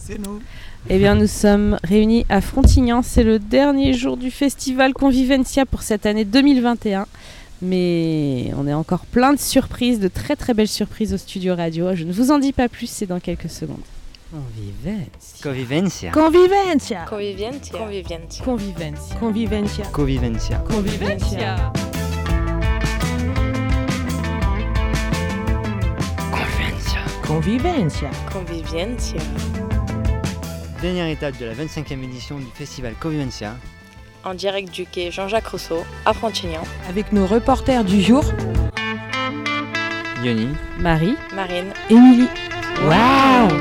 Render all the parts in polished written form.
C'est nous. Eh bien, nous sommes réunis à Frontignan. C'est le dernier jour du festival Convivencia pour cette année 2021. Mais on est encore plein de surprises, de très très belles surprises au studio radio. Je ne vous en dis pas plus, c'est dans quelques secondes. Convivencia. Convivencia. Convivencia. Convivencia. Convivencia. Convivencia. Convivencia. Convivencia. Convivencia. Convivencia. Dernière étape de la 25e édition du festival Convivencia. En direct du quai Jean-Jacques Rousseau, à Frontignan. Avec nos reporters du jour, Yoni. Marie, Marine. Émilie. Waouh!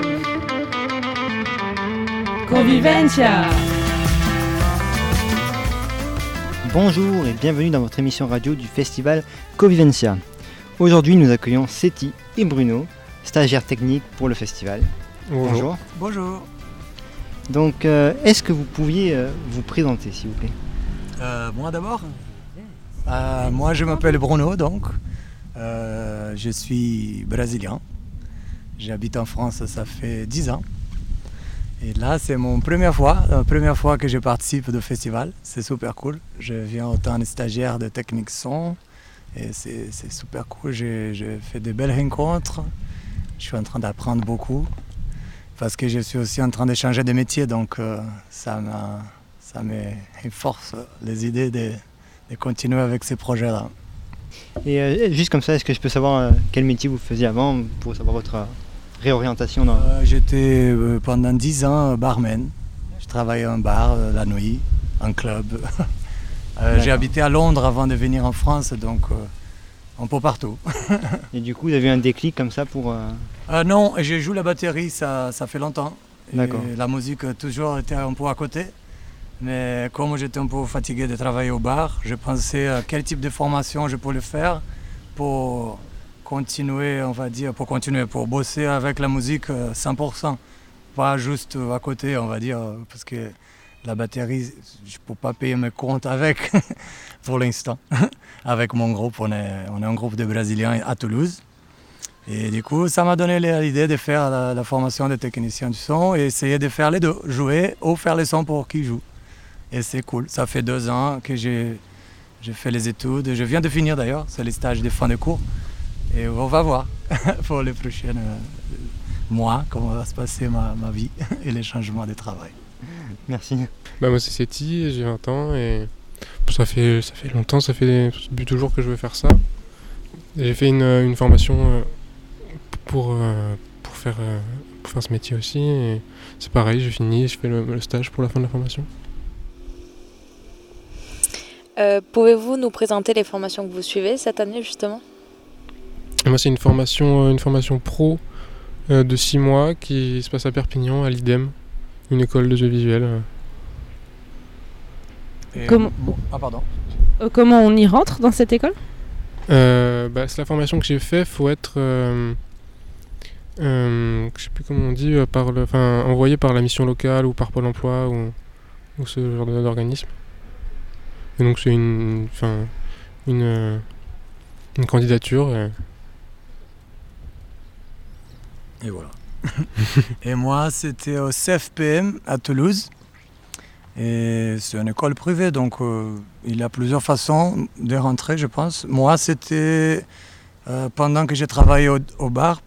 Convivencia. Bonjour et bienvenue dans votre émission radio du festival Convivencia. Aujourd'hui, nous accueillons Seti et Bruno, stagiaires techniques pour le festival. Bonjour. Bonjour. Donc, est-ce que vous pouviez vous présenter, s'il vous plaît? Moi d'abord. Moi je m'appelle Bruno donc. Je suis brésilien. J'habite en France, ça fait 10 ans. Et là c'est la première fois que je participe au festival. C'est super cool. Je viens en tant que stagiaire de technique son. Et c'est super cool. J'ai fait de belles rencontres. Je suis en train d'apprendre beaucoup. Parce que je suis aussi en train de changer de métier, donc ça me force les idées de continuer avec ces projets-là. Et juste comme ça, est-ce que je peux savoir quel métier vous faisiez avant pour savoir votre réorientation J'étais pendant 10 ans barman. Je travaillais en bar la nuit, en club. J'ai habité à Londres avant de venir en France, donc un peu partout. Et du coup, vous avez eu un déclic comme ça pour... Non, je joue la batterie, ça fait longtemps. D'accord. Et la musique a toujours été un peu à côté. Mais comme j'étais un peu fatigué de travailler au bar, je pensais à quel type de formation je pouvais faire pour continuer, pour bosser avec la musique 100%. Pas juste à côté, on va dire, parce que la batterie, je ne peux pas payer mes comptes avec, pour l'instant. Avec mon groupe, on est un groupe de Brésiliens à Toulouse. Et du coup, ça m'a donné l'idée de faire la formation de technicien du son et essayer de faire les deux, jouer ou faire les sons pour qui joue. Et c'est cool. Ça fait 2 ans que j'ai fait les études. Je viens de finir d'ailleurs, c'est les stages de fin de cours. Et on va voir pour les prochains mois comment va se passer ma vie et les changements de travail. Merci. Moi c'est Seti, j'ai 20 ans et ça fait longtemps, ça fait depuis toujours que je veux faire ça. Et j'ai fait une formation pour faire ce métier aussi et c'est pareil, j'ai fini, je fais le stage pour la fin de la formation. Pouvez-vous nous présenter les formations que vous suivez cette année justement? Moi c'est une formation pro de 6 mois qui se passe à Perpignan, à l'IDEM, une école de jeux visuels. Comment on y rentre dans cette école? C'est la formation que j'ai fait, faut être je sais plus comment on dit, envoyé par la mission locale ou par Pôle emploi ou ce genre d'organisme. Et donc c'est une candidature. Et voilà. Et moi, c'était au CFPM à Toulouse. Et c'est une école privée, donc il y a plusieurs façons de rentrer, je pense. Moi, c'était pendant que j'ai travaillé au bar,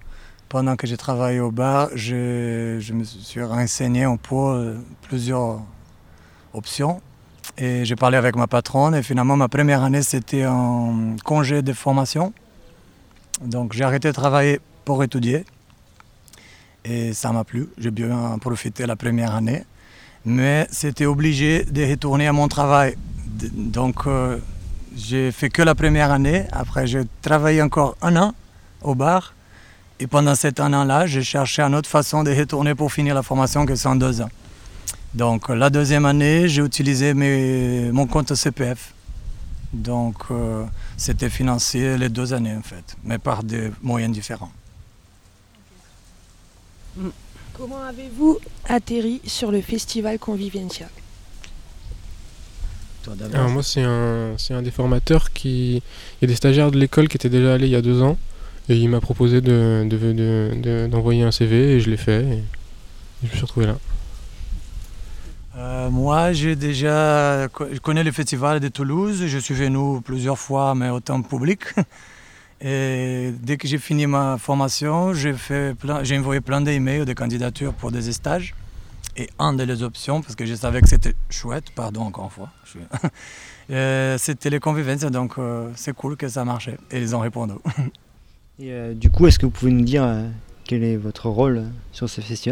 je me suis renseigné pour plusieurs options. Et j'ai parlé avec ma patronne et finalement ma première année c'était un congé de formation. Donc j'ai arrêté de travailler pour étudier et ça m'a plu. J'ai bien profité la première année. Mais c'était obligé de retourner à mon travail. Donc j'ai fait que la première année. Après j'ai travaillé encore 1 an au bar. Et pendant cet an-là, j'ai cherché une autre façon de retourner pour finir la formation que c'est en 2 ans. Donc la deuxième année, j'ai utilisé mon compte CPF. Donc c'était financé les 2 années en fait, mais par des moyens différents. Comment avez-vous atterri sur le festival Convivencia? Alors moi c'est un des formateurs il y a des stagiaires de l'école qui étaient déjà allés il y a 2 ans et il m'a proposé d'envoyer un CV et je l'ai fait. Et je me suis retrouvé là. Moi, je connais le festival de Toulouse. Je suis venu plusieurs fois, mais au temps public. Et dès que j'ai fini ma formation, j'ai envoyé plein d'emails de candidatures pour des stages. Et une des options, parce que je savais que c'était chouette, pardon encore une fois, c'était les Convivencia, donc c'est cool que ça marchait. Et ils ont répondu. Et du coup, est-ce que vous pouvez nous dire quel est votre rôle sur ce festival ?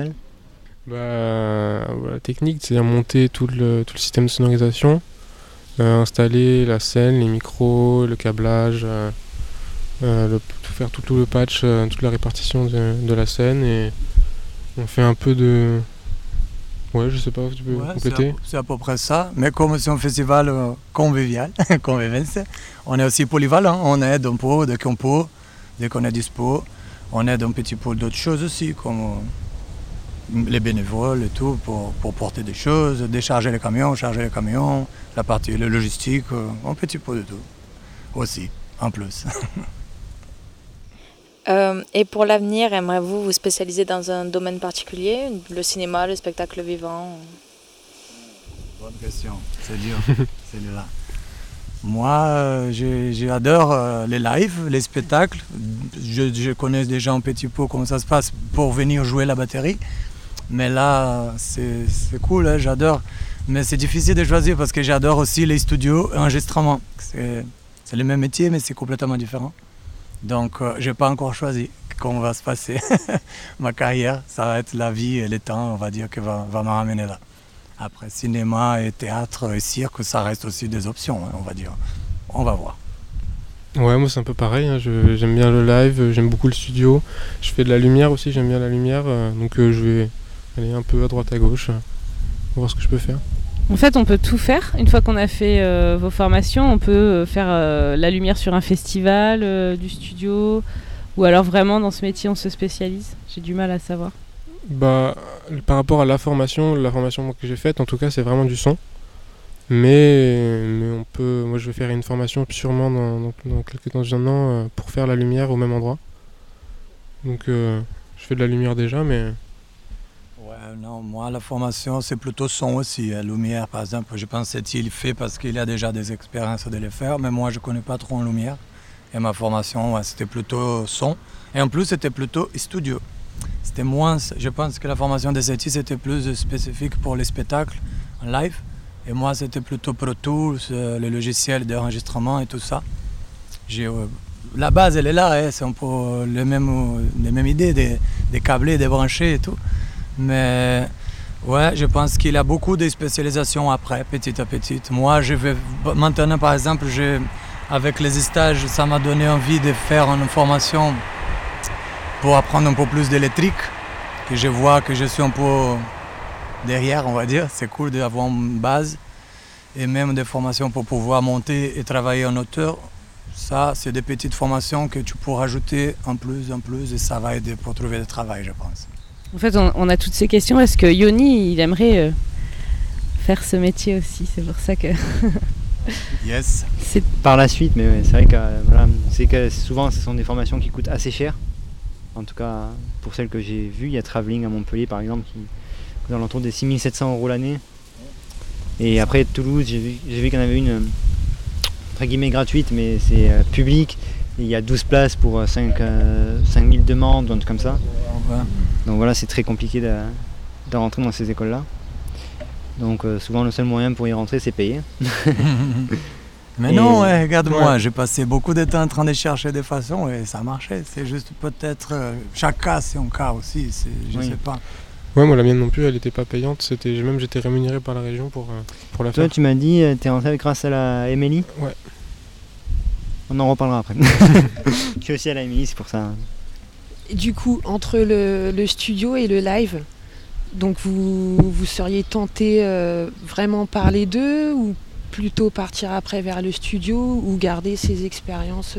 La technique, c'est-à-dire monter tout le système de sonorisation, installer la scène, les micros, le câblage, faire tout le patch, toute la répartition de la scène, et on fait un peu de... Ouais, je sais pas, tu peux compléter. C'est à peu près ça, mais comme c'est un festival convivial, Convivencia, on est aussi polyvalent, on aide un peu dès qu'on peut, dès qu'on est dispo, on aide un petit peu d'autres choses aussi, comme les bénévoles et tout, pour porter des choses, décharger les camions, charger les camions, la partie le logistique, un petit peu de tout, aussi, en plus. Et pour l'avenir, aimeriez-vous vous spécialiser dans un domaine particulier, le cinéma, le spectacle vivant? Bonne question, c'est dur, celle-là. Moi, j'adore les lives, les spectacles. Je connais déjà un petit peu comment ça se passe pour venir jouer la batterie. Mais là, c'est cool, hein, j'adore. Mais c'est difficile de choisir parce que j'adore aussi les studios et l'enregistrement. C'est le même métier, mais c'est complètement différent. Donc, je n'ai pas encore choisi comment va se passer ma carrière. Ça va être la vie et le temps, on va dire, qui va me ramener là. Après, cinéma et théâtre et cirque, ça reste aussi des options, hein, on va dire. On va voir. Ouais, moi c'est un peu pareil, hein. J'aime bien le live, j'aime beaucoup le studio. Je fais de la lumière aussi, j'aime bien la lumière. Donc je vais aller un peu à droite à gauche, voir ce que je peux faire. En fait, on peut tout faire. Une fois qu'on a fait vos formations, on peut faire la lumière sur un festival, du studio, ou alors vraiment dans ce métier on se spécialise. J'ai du mal à savoir. Par rapport à la formation que j'ai faite, en tout cas, c'est vraiment du son. Mais on peut. Moi, je vais faire une formation sûrement dans un an pour faire la lumière au même endroit. Donc, je fais de la lumière déjà, mais. Ouais, non, moi, la formation, c'est plutôt son aussi. Lumière, par exemple, je pense que il fait parce qu'il a déjà des expériences de les faire, mais moi, je ne connais pas trop en lumière. Et ma formation, ouais, c'était plutôt son. Et en plus, c'était plutôt studio. C'était moins, je pense que la formation de CETI c'était plus spécifique pour les spectacles en live. Et moi, c'était plutôt Pro Tools, le logiciel d'enregistrement et tout ça. La base, elle est là, hein, c'est un peu les mêmes idées, des câblés, des branchés et tout. Mais ouais, je pense qu'il a beaucoup de spécialisations après, petit à petit. Moi, maintenant, par exemple, avec les stages, ça m'a donné envie de faire une formation pour apprendre un peu plus d'électrique, que je vois que je suis un peu derrière, on va dire. C'est cool d'avoir une base et même des formations pour pouvoir monter et travailler en hauteur. Ça, c'est des petites formations que tu peux rajouter en plus et ça va aider pour trouver du travail, je pense. En fait, on a toutes ces questions. Est-ce que Yoni, il aimerait faire ce métier aussi? C'est pour ça que... Yes. Par la suite, mais ouais, c'est vrai que souvent, ce sont des formations qui coûtent assez cher. En tout cas, pour celles que j'ai vues, il y a Travelling à Montpellier par exemple qui coûte à l'entour des 6 700 € l'année. Et après Toulouse, j'ai vu qu'il y en avait une entre guillemets gratuite, mais c'est public. Et il y a 12 places pour 5000 demandes, un truc comme ça. Ouais. Donc voilà, c'est très compliqué de rentrer dans ces écoles-là. Donc souvent le seul moyen pour y rentrer, c'est payer. Mais non, ouais, regarde-moi, j'ai passé beaucoup de temps en train de chercher des façons et ça marchait. C'est juste peut-être, chaque cas c'est un cas aussi, je sais pas. Ouais, moi la mienne non plus, elle n'était pas payante, j'étais rémunéré par la région pour la faire. Toi tu m'as dit, t'es rentré grâce à la Émilie ? Ouais. On en reparlera après. Je suis aussi à la Émilie, c'est pour ça. Et du coup, entre le studio et le live, donc vous seriez tenté vraiment par les deux ou plutôt partir après vers le studio ou garder ces expériences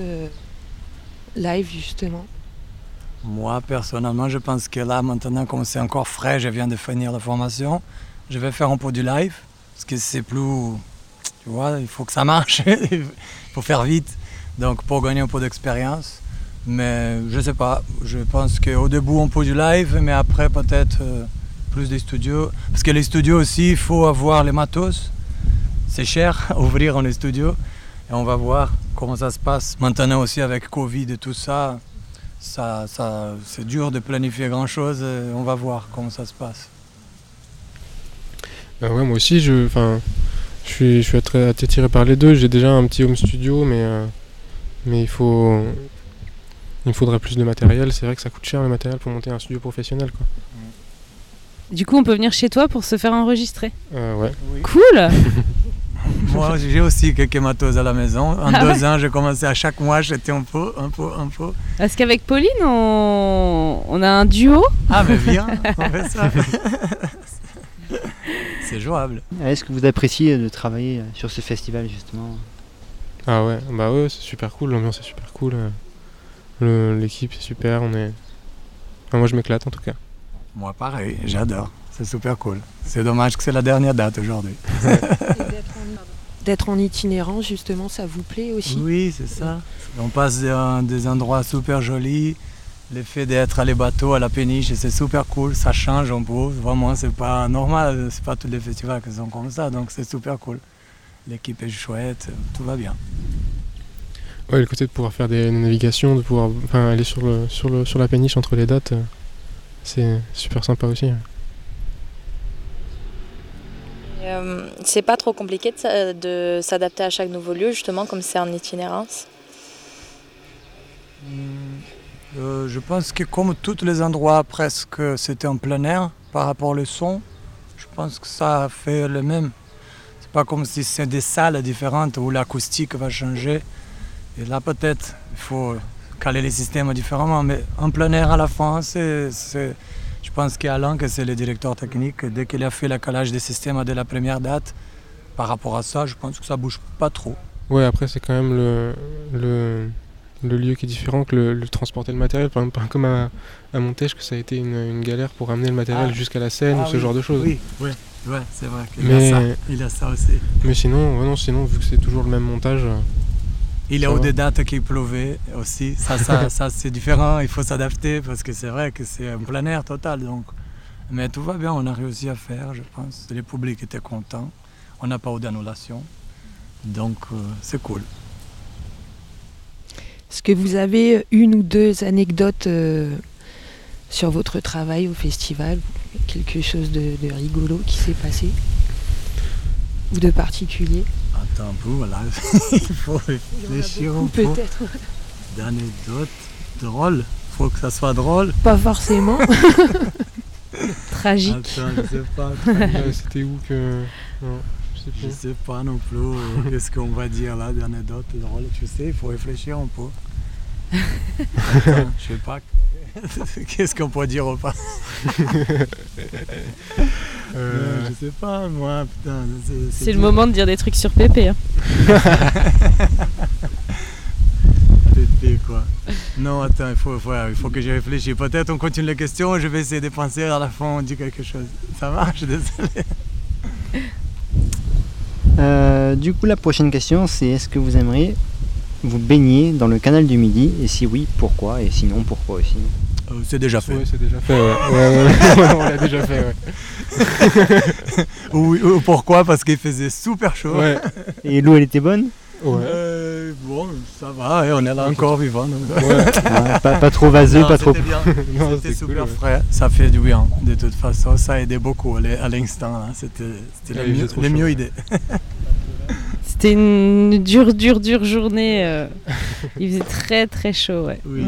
live justement? Moi personnellement je pense que là maintenant comme c'est encore frais, je viens de finir la formation, je vais faire un peu du live parce que c'est plus, tu vois, il faut que ça marche, il faut faire vite, donc pour gagner un peu d'expérience. Mais je sais pas, je pense qu'au début un peu du live mais après peut-être plus de studios. Parce que les studios aussi, il faut avoir les matos. C'est cher ouvrir un studio. Et on va voir comment ça se passe. Maintenant aussi avec Covid et tout ça, c'est dur de planifier grand-chose. On va voir comment ça se passe. Ouais, moi aussi, je suis très attiré par les deux. J'ai déjà un petit home studio, mais il faudrait plus de matériel. C'est vrai que ça coûte cher le matériel pour monter un studio professionnel, quoi. Du coup, on peut venir chez toi pour se faire enregistrer. Ouais. Oui. Cool. Moi, j'ai aussi quelques matos à la maison. En 2 ans, j'ai commencé à chaque mois, j'étais un peu. Parce qu'avec Pauline, on a un duo. Ah, mais viens, on fait ça. C'est jouable. Est-ce que vous appréciez de travailler sur ce festival justement? Ah ouais, bah ouais, c'est super cool, l'ambiance est super cool. L'équipe est super, moi je m'éclate en tout cas. Moi pareil, j'adore, c'est super cool. C'est dommage que c'est la dernière date aujourd'hui. D'être en itinérance, justement, ça vous plaît aussi? Oui, c'est ça. On passe des endroits super jolis. Le fait d'être à les bateaux, à la péniche, c'est super cool, ça change un peu. Vraiment, c'est pas normal, c'est pas tous les festivals qui sont comme ça, donc c'est super cool. L'équipe est chouette, tout va bien. Ouais, le côté de pouvoir faire des navigations, de pouvoir aller sur la péniche entre les dates, c'est super sympa aussi. C'est pas trop compliqué de s'adapter à chaque nouveau lieu, justement, comme c'est en itinérance? Je pense que comme tous les endroits presque c'était en plein air par rapport au son, je pense que ça fait le même. C'est pas comme si c'est des salles différentes où l'acoustique va changer. Et là peut-être il faut caler les systèmes différemment, mais en plein air à la fin, je pense qu'Alain, que c'est le directeur technique, dès qu'il a fait le calage des systèmes dès la première date, par rapport à ça, je pense que ça bouge pas trop. Ouais, après c'est quand même le lieu qui est différent que le transporter le matériel, par exemple comme à Montège, que ça a été une galère pour amener le matériel jusqu'à la scène ou ce genre de choses. Oui, c'est vrai qu'il a ça aussi. Mais sinon, vu que c'est toujours le même montage. Il y a eu des dates qui pleuvaient aussi, ça c'est différent, il faut s'adapter parce que c'est vrai que c'est un plein air total. Donc. Mais tout va bien, on a réussi à faire, je pense. Le public était content, on n'a pas eu d'annulation, donc c'est cool. Est-ce que vous avez une ou deux anecdotes sur votre travail au festival? Quelque chose de rigolo qui s'est passé? Ou de particulier? Attends un peu, voilà. Il faut réfléchir un peu. Peut-être. D'anecdotes drôles. Il faut que ça soit drôle. Pas forcément. Tragique. Attends, je sais pas. C'était où que... Non, je sais pas non plus. Qu'est-ce qu'on va dire là d'anecdotes drôles? Tu sais, il faut réfléchir un peu. Attends, je sais pas. Qu'est-ce qu'on peut dire ou pas? Je sais pas, moi, putain. C'est le moment de dire des trucs sur Pépé. Hein. Pépé, quoi. Non, attends, il faut que je réfléchisse. Peut-être on continue les questions, je vais essayer de penser, à la fin on dit quelque chose. Ça marche, désolé. Du coup, la prochaine question, c'est est-ce que vous aimeriez vous baigner dans le canal du Midi? Et si oui, pourquoi? Et sinon, pourquoi aussi? C'est déjà fait. Oui, c'est déjà fait, ouais. On l'a déjà fait, ouais. Oui, pourquoi? Parce qu'il faisait super chaud. Ouais. Et l'eau, elle était bonne? Ouais. Bon, ça va, on est là encore vivant. Donc. Ouais. Pas trop vaseux, non, pas trop... Bien. Non, c'était super cool, frais, ça fait du bien. De toute façon, ça aidait beaucoup à l'instant. Hein. C'était la mieux idée. C'était une dure journée. Il faisait très très chaud, ouais. Oui.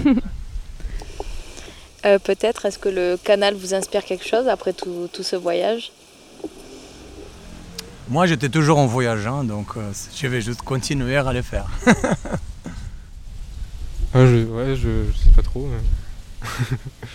Peut-être, est-ce que le canal vous inspire quelque chose après tout ce voyage? Moi, j'étais toujours en voyageant, donc je vais juste continuer à le faire. Je sais pas trop. Mais...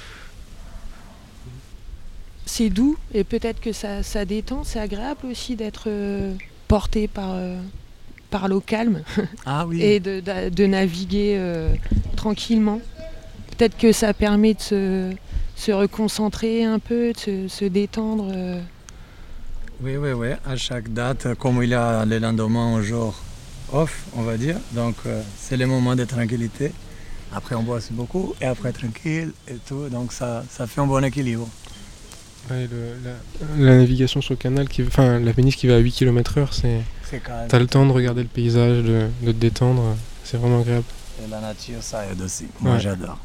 C'est doux et peut-être que ça détend. C'est agréable aussi d'être porté par l'eau calme. Ah oui. Et de naviguer tranquillement. Peut-être que ça permet de se reconcentrer un peu, de se détendre. Oui. À chaque date, comme il y a le lendemain un jour off, on va dire. Donc, c'est le moment de tranquillité. Après, on bosse beaucoup et après, tranquille et tout. Donc, ça fait un bon équilibre. Ouais, la navigation sur le canal, la péniche qui va à 8 km/h, t'as le temps de regarder le paysage, de te détendre, c'est vraiment agréable. Et la nature, ça aide aussi. Moi, j'adore.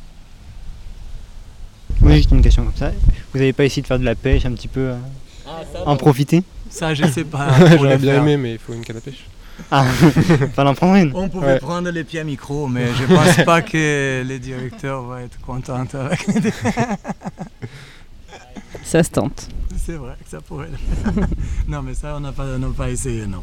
Oui, juste une question comme ça. Vous n'avez pas essayé de faire de la pêche un petit peu, en profiter? Ça, je sais pas. J'aurais bien aimé, mais il faut une canne à pêche. Ah, fallait en prendre une. On pouvait prendre les pieds à micro, mais je pense pas que les directeurs vont être contents avec les... Ça se tente. C'est vrai que ça pourrait. Non, mais ça, on n'a pas essayé, non.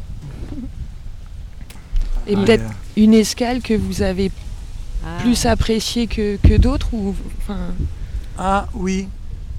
Et peut-être une escale que vous avez plus appréciée que d'autres ou, Ah oui.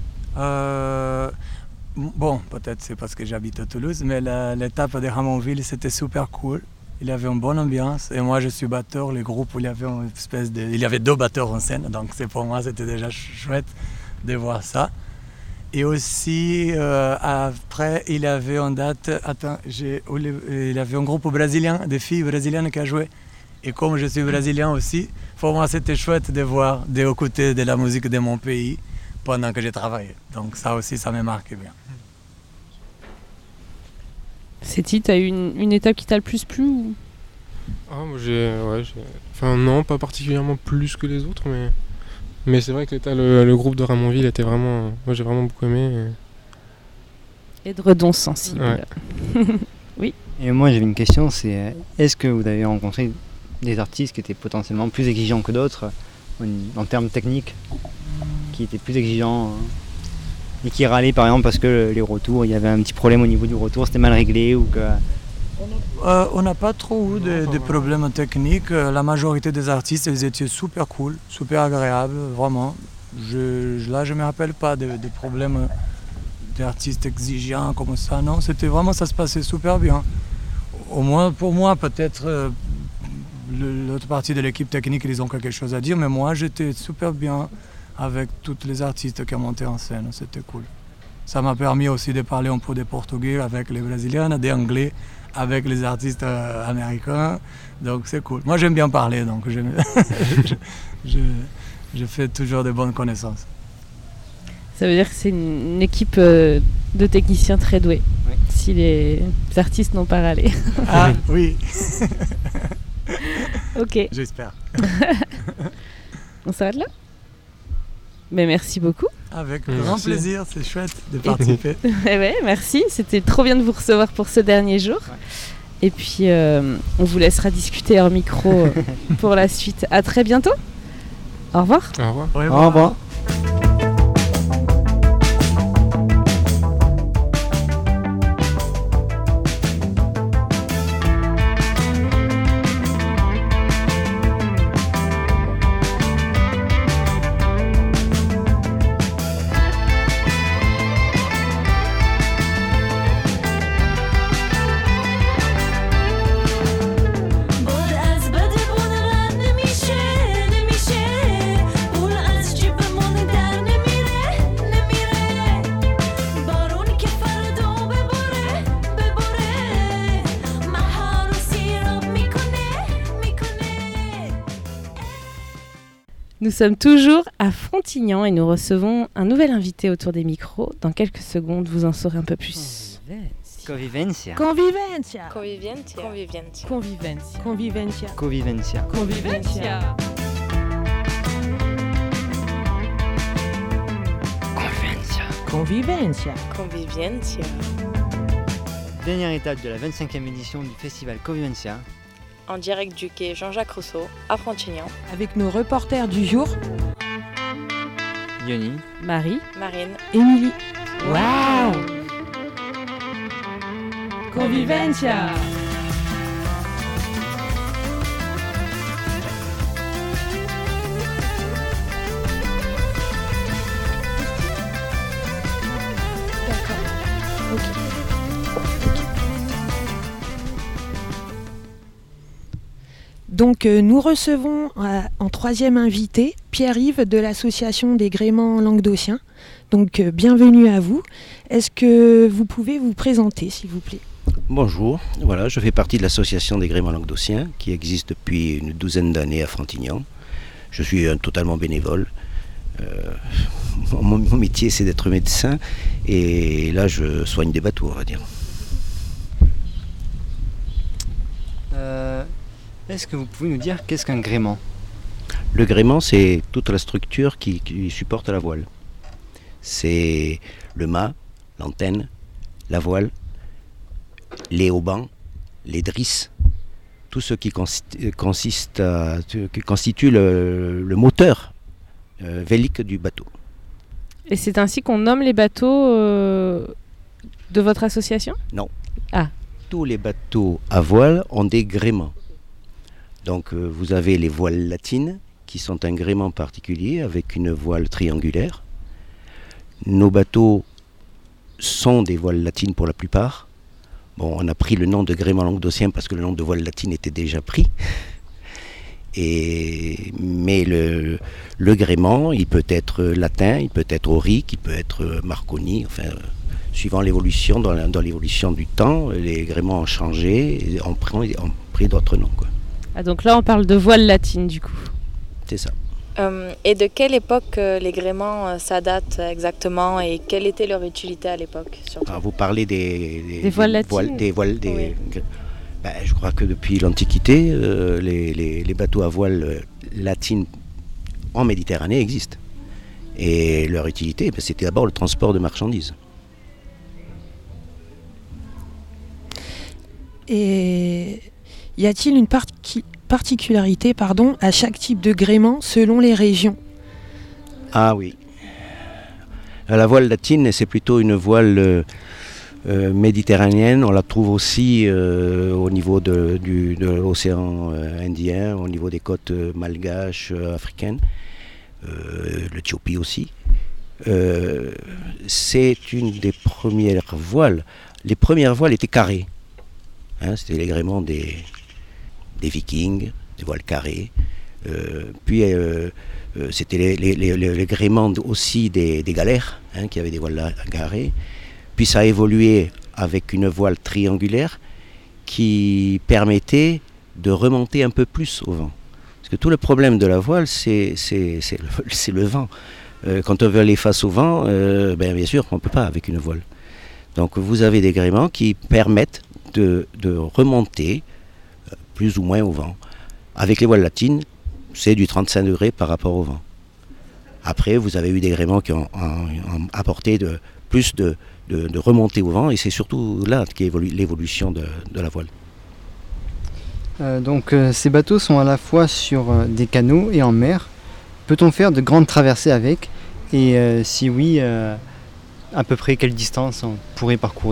Bon, peut-être c'est parce que j'habite à Toulouse, mais l'étape de Ramonville, c'était super cool. Il y avait une bonne ambiance et moi je suis batteur. Le groupe, il y avait une espèce de... Il y avait 2 batteurs en scène, donc pour moi c'était déjà chouette de voir ça. Et aussi, après, il y avait une date... il y avait un groupe brésilien, des filles brésiliennes qui a joué. Et comme je suis brésilien aussi, pour moi c'était chouette de voir, d'écouter de la musique de mon pays pendant que j'ai travaillé. Donc ça aussi, ça me marque bien. Céti, t'as eu une étape qui t'a le plus plu ou... Ah, moi non, pas particulièrement plus que les autres, mais c'est vrai que le groupe de Ramonville était vraiment... Moi j'ai vraiment beaucoup aimé. Et de redons sensibles. Ouais. Oui. Et moi j'avais une question, c'est est-ce que vous avez rencontré des artistes qui étaient potentiellement plus exigeants que d'autres en termes techniques, qui étaient plus exigeants et qui râlaient par exemple parce que les retours, il y avait un petit problème au niveau du retour, c'était mal réglé ou que... On n'a pas trop eu de problèmes techniques. La majorité des artistes, ils étaient super cool, super agréables, vraiment. Là, je ne me rappelle pas de problèmes d'artistes exigeants comme ça. Non, c'était vraiment, ça se passait super bien. Au moins pour moi, peut-être l'autre partie de l'équipe technique, ils ont quelque chose à dire, mais moi, j'étais super bien avec tous les artistes qui ont monté en scène. C'était cool. Ça m'a permis aussi de parler un peu de portugais avec les Brésiliens, d'anglais avec les artistes américains. Donc c'est cool. Moi j'aime bien parler, donc je fais toujours de bonnes connaissances. Ça veut dire que c'est une équipe de techniciens très doués, oui. Si les artistes n'ont pas râlé. Ah oui. Ok. J'espère. On s'arrête là ? Mais merci beaucoup. Avec grand plaisir, c'est chouette de participer. Ouais, merci, c'était trop bien de vous recevoir pour ce dernier jour. Ouais. Et puis on vous laissera discuter hors micro pour la suite. À très bientôt. Au revoir. Au revoir. Au revoir. Nous sommes toujours à Frontignan et nous recevons un nouvel invité autour des micros. Dans quelques secondes, vous en saurez un peu plus. Convivencia. Convivencia. Convivencia. Convivencia. Convivencia. Convivencia. Convivencia. Convivencia. Convivencia. Convivencia. Dernière étape de la 25e édition du festival Convivencia. En direct du quai Jean-Jacques Rousseau à Frontignan. Avec nos reporters du jour. Yoni. Marie. Marine. Émilie. Waouh! Convivencia. D'accord. Ok. Donc nous recevons en troisième invité Pierre-Yves de l'association des gréements languedociens. Donc bienvenue à vous. Est-ce que vous pouvez vous présenter s'il vous plaît ? Bonjour, voilà, je fais partie de l'association des gréements languedociens qui existe depuis une douzaine d'années à Frontignan. Je suis totalement bénévole. Mon métier, c'est d'être médecin, et là, je soigne des bateaux, on va dire. Est-ce que vous pouvez nous dire qu'est-ce qu'un gréement ? Le gréement, c'est toute la structure qui supporte la voile. C'est le mât, l'antenne, la voile, les haubans, les drisses, tout ce qui constitue le moteur vélique du bateau. Et c'est ainsi qu'on nomme les bateaux de votre association ? Non. Ah. Tous les bateaux à voile ont des gréements. Donc vous avez les voiles latines, qui sont un gréement particulier avec une voile triangulaire. Nos bateaux sont des voiles latines pour la plupart. Bon, on a pris le nom de gréement languedocien parce que le nom de voile latine était déjà pris. Mais le gréement, il peut être latin, il peut être aurique, il peut être marconi, enfin, suivant l'évolution, dans l'évolution du temps, les gréements ont changé et ont pris d'autres noms, quoi. Ah, donc là, on parle de voile latine, du coup. C'est ça. Et de quelle époque les gréements ça date exactement et quelle était leur utilité à l'époque surtout ? Vous parlez des voiles latines. Oui. Je crois que depuis l'Antiquité, les bateaux à voile latine en Méditerranée existent. Et leur utilité, c'était d'abord le transport de marchandises. Et y a-t-il une particularité à chaque type de gréement selon les régions ? Ah oui. La voile latine, c'est plutôt une voile méditerranéenne. On la trouve aussi au niveau de l'océan Indien, au niveau des côtes malgaches, africaines, l'Éthiopie aussi. C'est une des premières voiles. Les premières voiles étaient carrées. C'était les gréements des vikings, des voiles carrées. Puis c'était les gréements aussi des galères, qui avaient des voiles carrées. Puis ça a évolué avec une voile triangulaire qui permettait de remonter un peu plus au vent. Parce que tout le problème de la voile, c'est le vent. Quand on veut aller face au vent, bien sûr, on ne peut pas avec une voile. Donc vous avez des gréements qui permettent de remonter plus ou moins au vent. Avec les voiles latines, c'est du 35 degrés par rapport au vent. Après, vous avez eu des gréements qui ont apporté plus de remontée au vent, et c'est surtout là qu'est l'évolution de la voile. Donc ces bateaux sont à la fois sur des canaux et en mer. Peut-on faire de grandes traversées avec ? Et si oui, à peu près quelle distance on pourrait parcourir ?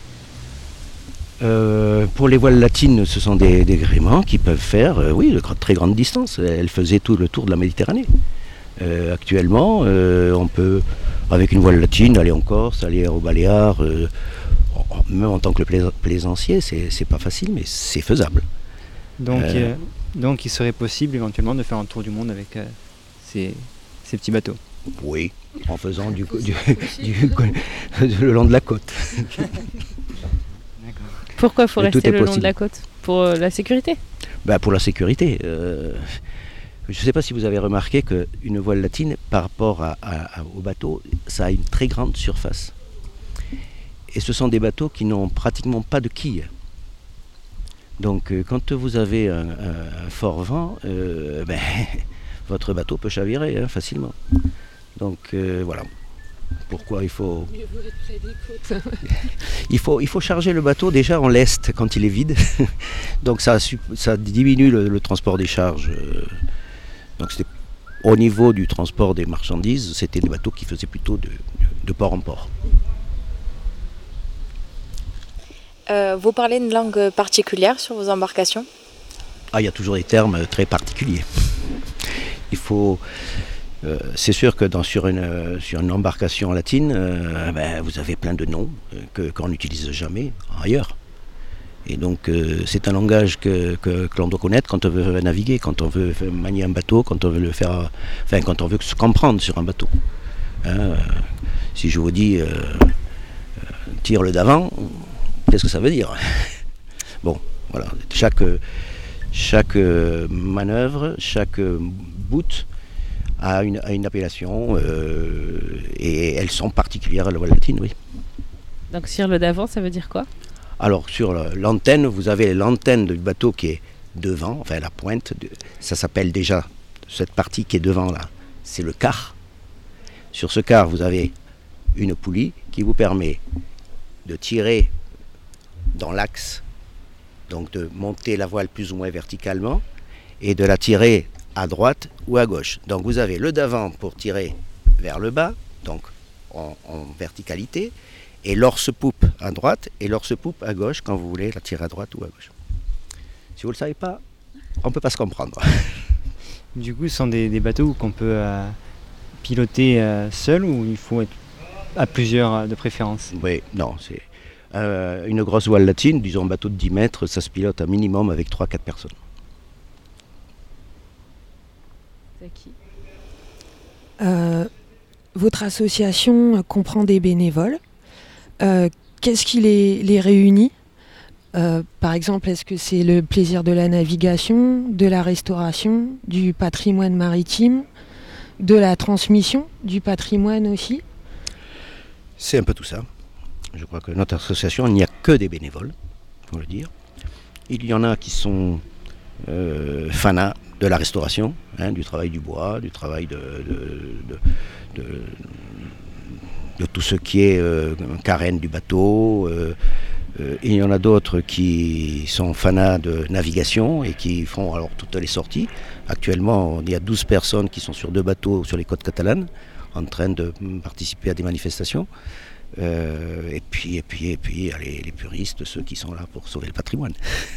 Pour les voiles latines, ce sont des gréements qui peuvent faire de très grandes distances. Elles faisaient tout le tour de la Méditerranée. Actuellement, on peut, avec une voile latine, aller en Corse, aller aux Baléares. Même en tant que plaisancier, c'est pas facile, mais c'est faisable. Donc il serait possible éventuellement de faire un tour du monde avec ces petits bateaux. Oui, en faisant le long de la côte. Pourquoi il faut rester le long de la côte ? Pour la sécurité ? Pour la sécurité. Je ne sais pas si vous avez remarqué qu'une voile latine, par rapport au bateau, ça a une très grande surface. Et ce sont des bateaux qui n'ont pratiquement pas de quilles. Donc quand vous avez un fort vent, votre bateau peut chavirer facilement. Donc voilà. Pourquoi il faut charger le bateau déjà en lest quand il est vide. Donc ça diminue le transport des charges. Donc c'était au niveau du transport des marchandises, c'était des bateaux qui faisaient plutôt de port en port. Vous parlez une langue particulière sur vos embarcations ? Il y a toujours des termes très particuliers. Il faut... c'est sûr que sur une embarcation latine, vous avez plein de noms qu'on n'utilise jamais ailleurs. Et donc c'est un langage que l'on doit connaître quand on veut naviguer, quand on veut manier un bateau, quand on veut quand on veut se comprendre sur un bateau. Si je vous dis tire le d'avant, qu'est-ce que ça veut dire ? Bon, voilà. Chaque manœuvre, chaque bout a une appellation et elles sont particulières à la voile latine, oui. Donc sur le d'avant, ça veut dire quoi? Alors sur l'antenne, vous avez l'antenne du bateau qui est devant, enfin la pointe, ça s'appelle déjà, cette partie qui est devant là, c'est le quart. Sur ce quart, vous avez une poulie qui vous permet de tirer dans l'axe, donc de monter la voile plus ou moins verticalement et de la tirer à droite ou à gauche. Donc vous avez le d'avant pour tirer vers le bas, donc en verticalité, et l'orse-poupe à droite et l'orse-poupe à gauche quand vous voulez la tirer à droite ou à gauche. Si vous ne le savez pas, on ne peut pas se comprendre. Du coup, ce sont des bateaux qu'on peut piloter seul ou il faut être à plusieurs de préférence? Oui, non, c'est une grosse voile latine, disons un bateau de 10 mètres, ça se pilote un minimum avec 3-4 personnes. C'est qui? Votre association comprend des bénévoles. Qu'est-ce qui les réunit? Par exemple, est-ce que c'est le plaisir de la navigation, de la restauration, du patrimoine maritime, de la transmission du patrimoine aussi? C'est un peu tout ça. Je crois que notre association, il n'y a que des bénévoles, il faut le dire. Il y en a qui sont fanats de la restauration, du travail du bois, du travail de tout ce qui est carène du bateau. Il y en a d'autres qui sont fanats de navigation et qui font alors toutes les sorties. Actuellement, il y a 12 personnes qui sont sur 2 bateaux sur les côtes catalanes en train de participer à des manifestations. Et puis allez, les puristes, ceux qui sont là pour sauver le patrimoine.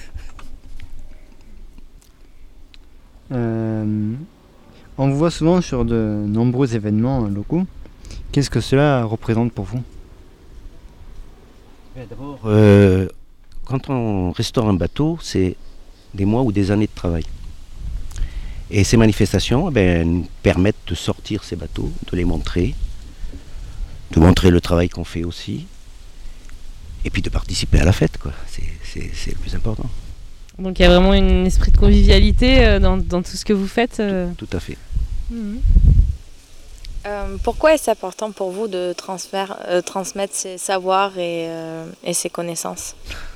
On vous voit souvent sur de nombreux événements locaux. Qu'est-ce que cela représente pour vous? D'abord, quand on restaure un bateau, c'est des mois ou des années de travail. Et ces manifestations nous permettent de sortir ces bateaux, de les montrer, de montrer le travail qu'on fait aussi, et puis de participer à la fête, quoi. C'est le plus important. Donc il y a vraiment un esprit de convivialité dans tout ce que vous faites. Tout à fait. Pourquoi est-ce important pour vous de transmettre ces savoirs et ces connaissances?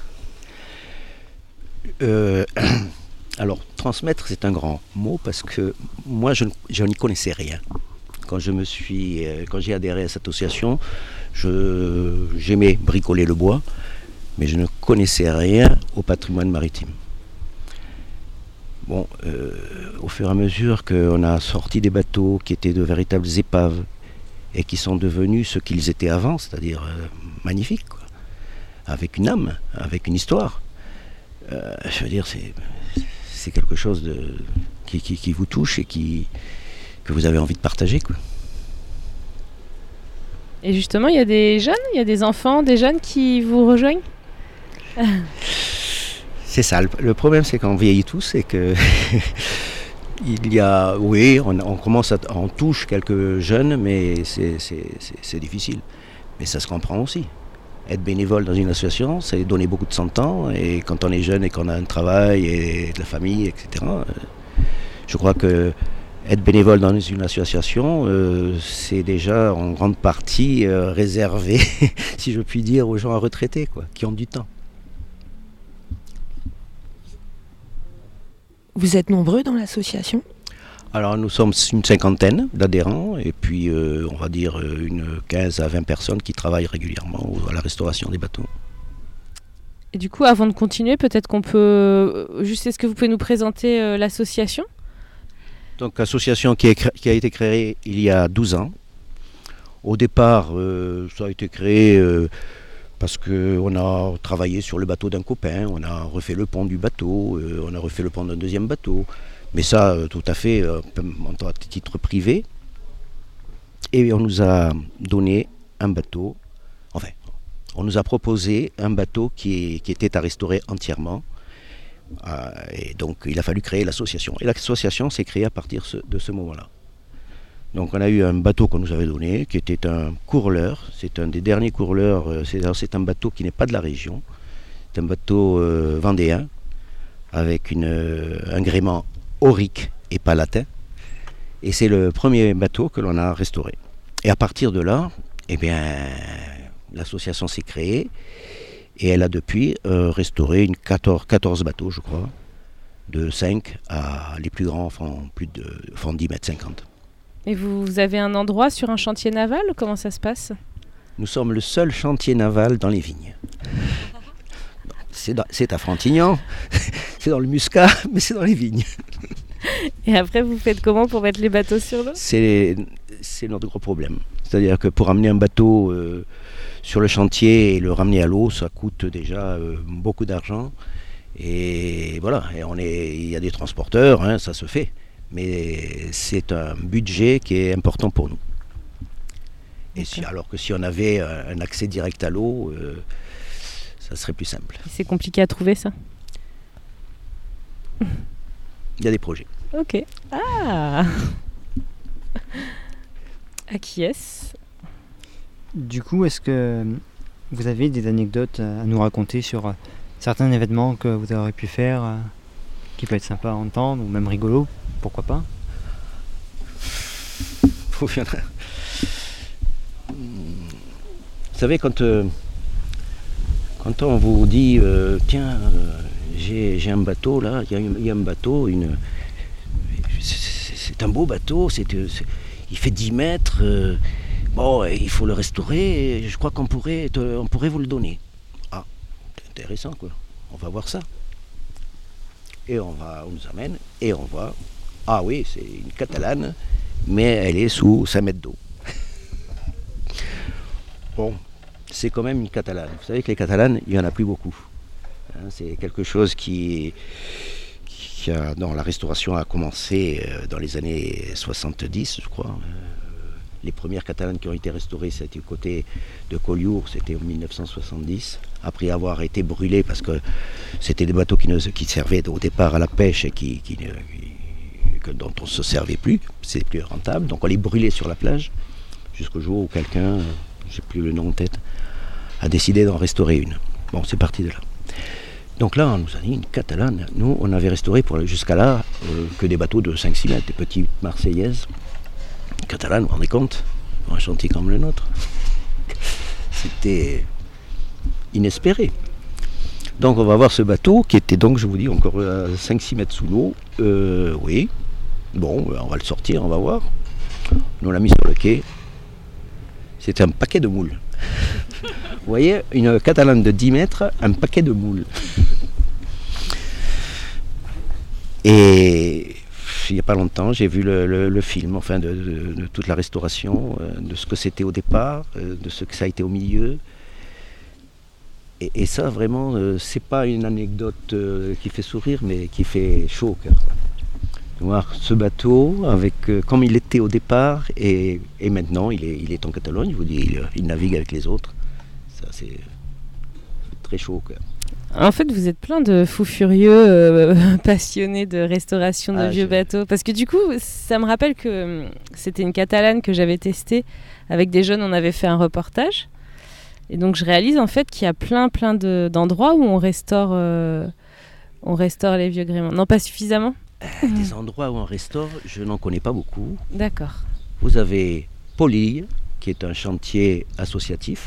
Alors, transmettre, c'est un grand mot parce que moi, je n'y connaissais rien. Quand j'ai adhéré à cette association, j'aimais bricoler le bois, mais je ne connaissais rien au patrimoine maritime. Bon, au fur et à mesure qu'on a sorti des bateaux qui étaient de véritables épaves et qui sont devenus ce qu'ils étaient avant, c'est-à-dire magnifiques, quoi, avec une âme, avec une histoire. Je veux dire, c'est quelque chose qui vous touche et que vous avez envie de partager, quoi. Et justement, il y a des jeunes, il y a des enfants, des jeunes qui vous rejoignent? C'est ça, le problème c'est qu'on vieillit tous et que il y a, oui, on commence on touche quelques jeunes, mais c'est difficile. Mais ça se comprend aussi. Être bénévole dans une association, c'est donner beaucoup de son temps, et quand on est jeune et qu'on a un travail et de la famille, etc., je crois que être bénévole dans une association, c'est déjà en grande partie réservé, si je puis dire, aux gens retraités, quoi, qui ont du temps. Vous êtes nombreux dans l'association? Alors nous sommes une 50aine d'adhérents et puis on va dire une 15 à 20 personnes qui travaillent régulièrement à la restauration des bateaux. Et du coup, avant de continuer, peut-être qu'on peut... est-ce que vous pouvez nous présenter l'association? Donc l'association qui a été créée il y a 12 ans. Au départ, ça a été créé parce qu'on a travaillé sur le bateau d'un copain, on a refait le pont du bateau, on a refait le pont d'un deuxième bateau. Mais ça, tout à fait, à titre privé. Et on nous a donné un bateau, enfin, on nous a proposé un bateau qui était à restaurer entièrement. Et donc, il a fallu créer l'association. Et l'association s'est créée à partir de ce moment-là. Donc, on a eu un bateau qu'on nous avait donné, qui était un courleur. C'est un des derniers courleurs. C'est un bateau qui n'est pas de la région. C'est un bateau vendéen, avec un gréement aurique et pas latin. Et c'est le premier bateau que l'on a restauré. Et à partir de là, eh bien, l'association s'est créée et elle a depuis restauré 14 bateaux, je crois, de 5 à les plus grands font 10 mètres 50. Et vous avez un endroit sur un chantier naval? Comment ça se passe? Nous sommes le seul chantier naval dans les vignes. C'est à Frontignan, c'est dans le Muscat, mais c'est dans les vignes. Et après, vous faites comment pour mettre les bateaux sur l'eau? C'est notre gros problème. C'est-à-dire que pour amener un bateau sur le chantier et le ramener à l'eau, ça coûte déjà beaucoup d'argent. Et voilà, il y a des transporteurs, hein, ça se fait. Mais c'est un budget qui est important pour nous. Et alors que si on avait un accès direct à l'eau, ça serait plus simple. C'est compliqué à trouver ça? Il y a des projets. Ok. Ah. À qui est-ce? Du coup, est-ce que vous avez des anecdotes à nous raconter sur certains événements que vous aurez pu faire qui peut être sympa à entendre ou même rigolo? Pourquoi pas? Vous savez, quand on vous dit tiens, j'ai un bateau là, il y a un bateau, c'est un beau bateau, il fait 10 mètres, bon, il faut le restaurer, et je crois qu'on pourrait vous le donner. Ah, c'est intéressant quoi, on va voir ça. Et on nous amène et on voit, ah oui, c'est une catalane, mais elle est sous 5 mètres d'eau. Bon, c'est quand même une catalane. Vous savez que les catalanes, il n'y en a plus beaucoup. Hein, c'est quelque chose qui dans la restauration a commencé dans les années 70, je crois. Les premières catalanes qui ont été restaurées, c'était du côté de Collioure, c'était en 1970. Après avoir été brûlés, parce que c'était des bateaux qui servaient au départ à la pêche et dont on ne se servait plus, c'est plus rentable. Donc on les brûlait sur la plage, jusqu'au jour où quelqu'un, j'ai plus le nom en tête, a décidé d'en restaurer une. Bon, c'est parti de là. Donc là, on nous a dit une catalane. Nous, on avait restauré jusqu'à là que des bateaux de 5-6 mètres, des petites marseillaises. Une catalane, vous vous rendez compte? Un chantier comme le nôtre. C'était inespéré. Donc on va voir ce bateau qui était donc, je vous dis, encore à 5-6 mètres sous l'eau. Oui, bon, on va le sortir, on va voir. Nous on l'a mis sur le quai. C'était un paquet de moules. Vous voyez, une catalane de 10 mètres, un paquet de moules. Et il n'y a pas longtemps, j'ai vu le film, enfin de toute la restauration, de ce que c'était au départ, de ce que ça a été au milieu. Et ça, vraiment, c'est pas une anecdote qui fait sourire, mais qui fait chaud au cœur. Voir ce bateau, comme il était au départ, et maintenant, il est en Catalogne, je vous dis, il navigue avec les autres. Ça, c'est très chaud au cœur. En fait, vous êtes plein de fous furieux, passionnés de restauration de vieux bateaux. Parce que du coup, ça me rappelle que c'était une catalane que j'avais testée. Avec des jeunes, on avait fait un reportage. Et donc, je réalise en fait qu'il y a plein d'endroits où on restaure les vieux gréements. Non, pas suffisamment. Des endroits où on restaure, je n'en connais pas beaucoup. D'accord. Vous avez Polille, qui est un chantier associatif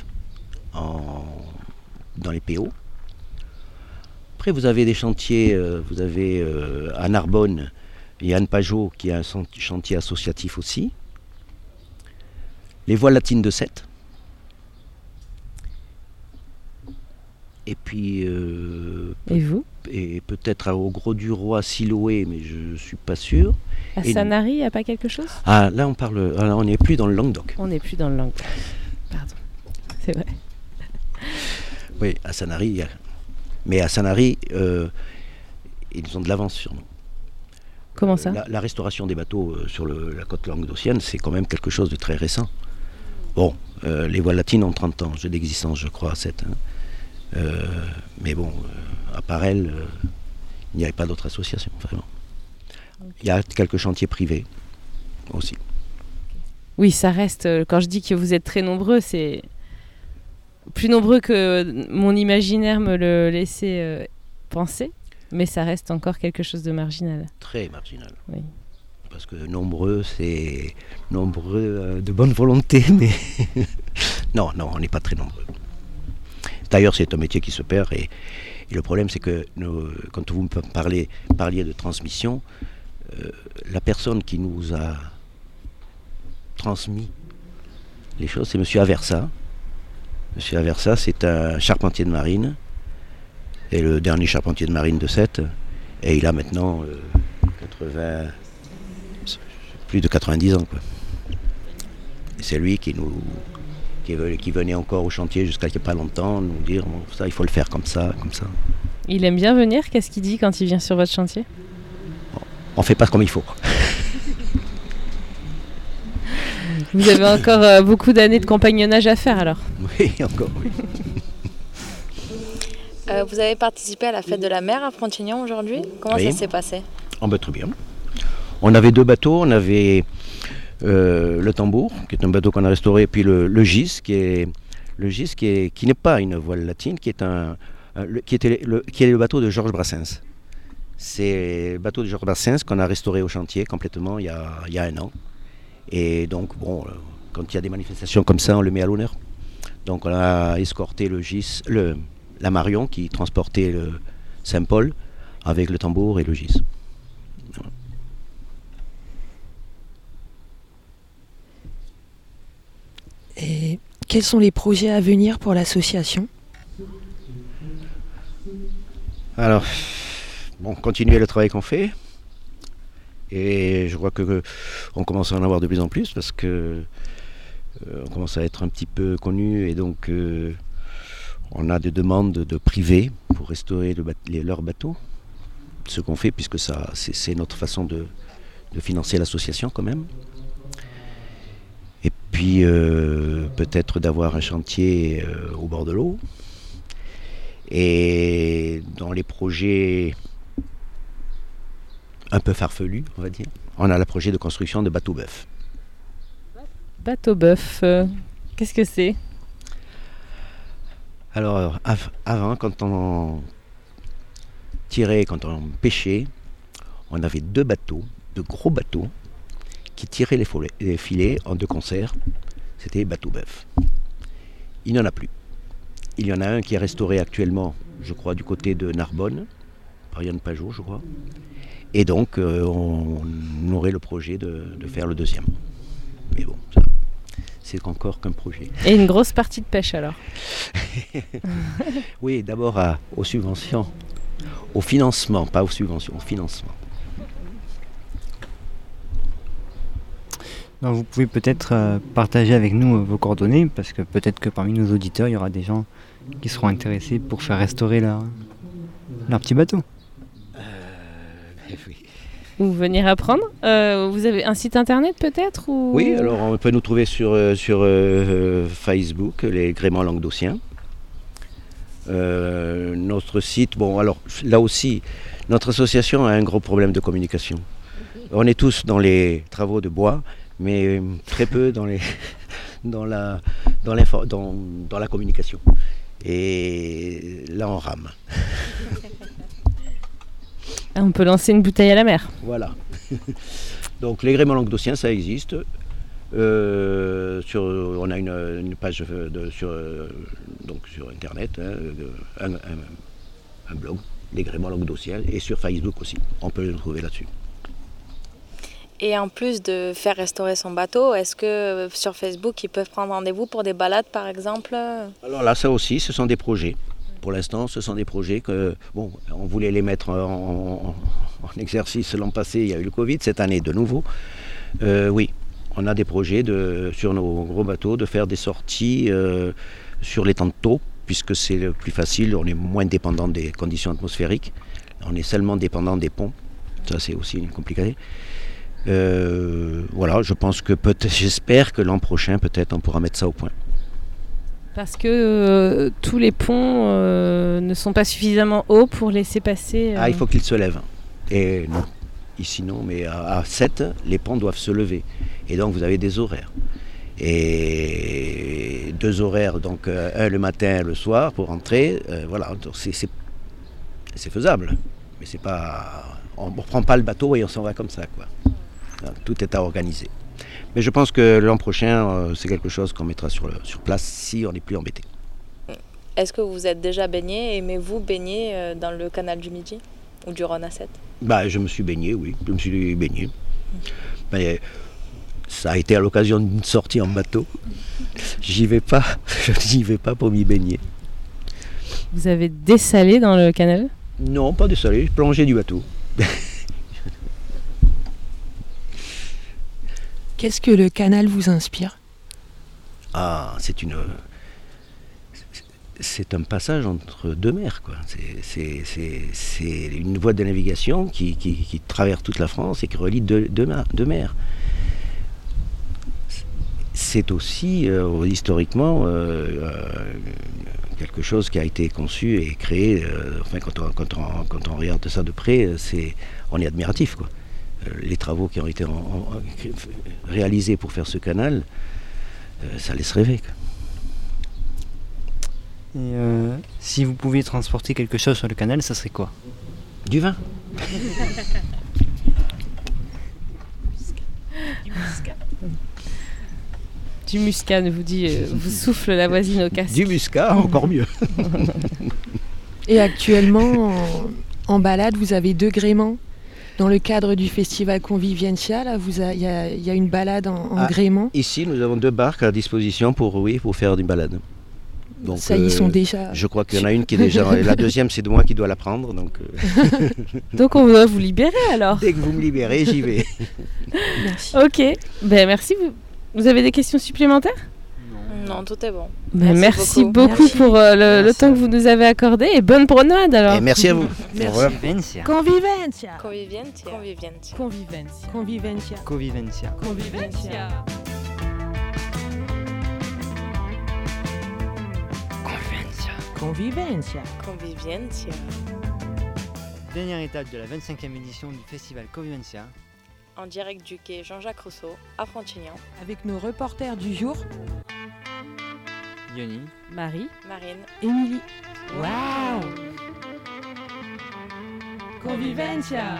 dans les PO. Après, vous avez des chantiers, à Narbonne, Yann Pajot, qui a un chantier associatif aussi. Les voiles latines de Sète. Et puis... et vous? Et peut-être au Gros du Roi, Siloé, mais je ne suis pas sûr. À Sanary, il n'y a pas quelque chose? Ah, là, on n'est plus dans le Languedoc. On n'est plus dans le Languedoc. Pardon. C'est vrai. Oui, à Sanary, il y a... Mais à Sanary, ils ont de l'avance sur nous. Comment ça? La restauration des bateaux sur la côte languedocienne, c'est quand même quelque chose de très récent. Bon, les voiles latines ont 30 ans d'existence, je crois, à 7. Hein. Mais bon, à part elles, il n'y avait pas d'autres associations, vraiment. Okay. Il y a quelques chantiers privés aussi. Oui, ça reste, quand je dis que vous êtes très nombreux, c'est plus nombreux que mon imaginaire me le laissait penser, mais ça reste encore quelque chose de marginal. Très marginal. Oui. Parce que nombreux, c'est nombreux de bonne volonté, mais non, on n'est pas très nombreux. D'ailleurs, c'est un métier qui se perd et le problème, c'est que quand vous me parliez de transmission, la personne qui nous a transmis les choses, c'est M. Aversa. M. Aversa, c'est un charpentier de marine, et le dernier charpentier de marine de Sète, et il a maintenant plus de 90 ans, quoi. Et c'est lui qui venait encore au chantier jusqu'à il n'y a pas longtemps, nous dire bon, ça, il faut le faire comme ça, comme ça. Il aime bien venir, qu'est-ce qu'il dit quand il vient sur votre chantier? On ne fait pas comme il faut. Vous avez encore beaucoup d'années de compagnonnage à faire alors? Oui, encore, oui. Vous avez participé à la fête de la mer à Frontignan aujourd'hui. Comment Oui. ça s'est passé? Très bien. On avait 2 bateaux, on avait le Tambour, qui est un bateau qu'on a restauré, et puis le Gis, qui n'est pas une voile latine, qui est le bateau de Georges Brassens. C'est le bateau de Georges Brassens qu'on a restauré au chantier complètement il y a 1 an. Et donc, bon, quand il y a des manifestations comme ça, on le met à l'honneur. Donc on a escorté le Gis, la Marion qui transportait le Saint-Paul avec le Tambour et le Gis. Voilà. Et quels sont les projets à venir pour l'association? Alors, bon, continuer le travail qu'on fait. Et je crois qu'on commence à en avoir de plus en plus parce que on commence à être un petit peu connu et donc on a des demandes de privés pour restaurer leurs bateaux. Ce qu'on fait puisque c'est notre façon de financer l'association quand même. Et puis peut-être d'avoir un chantier au bord de l'eau. Et dans les projets un peu farfelus, on va dire, on a le projet de construction de bateaux-bœufs. Bateau-bœuf, qu'est-ce que c'est? Alors, avant, quand on pêchait, on avait 2 bateaux, de gros bateaux, qui tiraient les filets en 2 concerts. C'était bateau-bœuf. Il n'y en a plus. Il y en a un qui est restauré actuellement, je crois, du côté de Narbonne, par Yann Pajot, je crois. Et donc, on aurait le projet de faire le 2e. Mais bon, ça, c'est encore qu'un projet. Et une grosse partie de pêche alors? Oui, d'abord aux subventions, au financement, pas aux subventions, au financement. Donc vous pouvez peut-être partager avec nous vos coordonnées, parce que peut-être que parmi nos auditeurs, il y aura des gens qui seront intéressés pour faire restaurer leur petit bateau. Oui. Ou venir apprendre. Vous avez un site internet peut-être ou... Oui, alors on peut nous trouver sur Facebook, les Gréments Languedociens. Notre site, bon alors là aussi, notre association a un gros problème de communication. On est tous dans les travaux de bois, mais très peu dans la communication. Et là on rame. On peut lancer une bouteille à la mer. Voilà. Donc les Gréments Languedociens, ça existe. On a une page sur internet, un blog, les Gréments Languedociens, et sur Facebook aussi. On peut le trouver là-dessus. Et en plus de faire restaurer son bateau, est-ce que sur Facebook, ils peuvent prendre rendez-vous pour des balades, par exemple? Alors là, ça aussi, ce sont des projets. Pour l'instant, ce sont des projets que, bon, on voulait les mettre en exercice l'an passé, il y a eu le Covid, cette année de nouveau. Oui, on a des projets sur nos gros bateaux de faire des sorties sur les temps de taux, puisque c'est le plus facile, on est moins dépendant des conditions atmosphériques, on est seulement dépendant des ponts, ça c'est aussi compliqué. Voilà, je pense que j'espère que l'an prochain, peut-être, on pourra mettre ça au point. Parce que tous les ponts ne sont pas suffisamment hauts pour laisser passer... Ah, il faut qu'ils se lèvent. Et non, ici non, mais à 7, les ponts doivent se lever. Et donc vous avez des horaires. Et 2 horaires, donc un le matin, le soir, pour rentrer. Voilà, donc c'est faisable. Mais c'est pas... On ne reprend pas le bateau et on s'en va comme ça, quoi. Tout est à organiser. Mais je pense que l'an prochain, c'est quelque chose qu'on mettra sur place si on n'est plus embêté. Est-ce que vous êtes déjà baigné? Aimez-vous baigner dans le canal du Midi ou du Rhône à 7? Je me suis baigné, oui. Je me suis baigné. Mais ça a été à l'occasion d'une sortie en bateau. Je n'y vais pas pour m'y baigner. Vous avez dessalé dans le canal? Non, pas dessalé, je plongeais du bateau. Qu'est-ce que le canal vous inspire? C'est un passage entre deux mers, quoi. C'est une voie de navigation qui traverse toute la France et qui relie deux mers. C'est aussi, historiquement, quelque chose qui a été conçu et créé. Quand on regarde ça de près, on est admiratif, quoi. Les travaux qui ont été réalisés pour faire ce canal, ça laisse rêver, quoi. Et si vous pouviez transporter quelque chose sur le canal, ça serait quoi? Du vin. Du muscat, vous souffle la voisine au casque. Du muscat, encore mieux. Et actuellement, en balade, vous avez 2 gréements. Dans le cadre du festival Convivientia, il y a une balade en gréement. Ici, nous avons 2 barques à disposition pour faire une balade. Donc, ça, ils sont déjà... Je crois qu'il y en a une qui est déjà... La deuxième, c'est de moi qui dois la prendre. Donc on doit vous libérer alors. Dès que vous me libérez, j'y vais. Merci. Ok, merci. Vous avez des questions supplémentaires? Non, tout est bon. Merci beaucoup pour le temps que vous nous avez accordé et bonne promenade alors. Et merci à vous. Merci. Convivencia. Convivencia. Convivientia. Convivencia. Convivencia. Convivencia. Convivencia. Convivencia. Convivientia. Dernière étape de la 25e édition du festival Convivencia. En direct du quai Jean-Jacques Rousseau à Frontignan. Avec nos reporters du jour, Yoni, Marie, Marine, Émilie. Wow. Convivencia.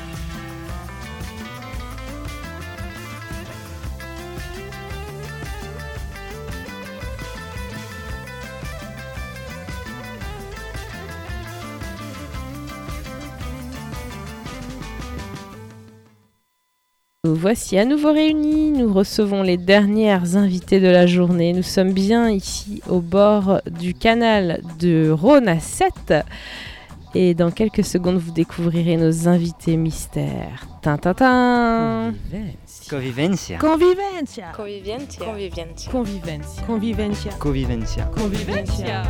Nous voici à nouveau réunis, nous recevons les dernières invitées de la journée. Nous sommes bien ici au bord du canal de Rhône à 7 et dans quelques secondes vous découvrirez nos invités mystères. Tintintin. Convivencia. Convivencia. Convivientia. Convivientia. Convivencia. Convivencia. Convivencia. Convivencia.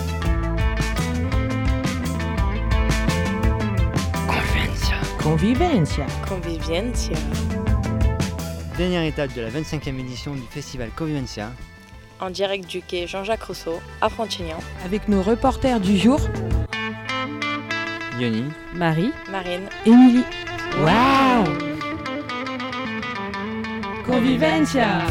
Convivencia. Convivientia. Dernière étape de la 25e édition du festival Convivencia. En direct du quai Jean-Jacques Rousseau à Frontignan. Avec nos reporters du jour, Yoni, Marie, Marine, Émilie. Wow. Convivencia.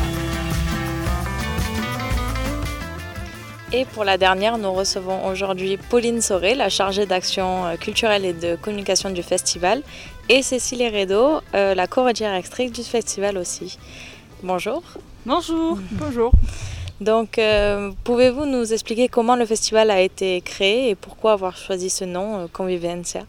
Et pour la dernière, nous recevons aujourd'hui Pauline Soré, la chargée d'action culturelle et de communication du festival, et Cécile Heredo, la co-directrice du festival aussi. Bonjour. Bonjour. Bonjour. Donc, pouvez-vous nous expliquer comment le festival a été créé et pourquoi avoir choisi ce nom, Convivencia?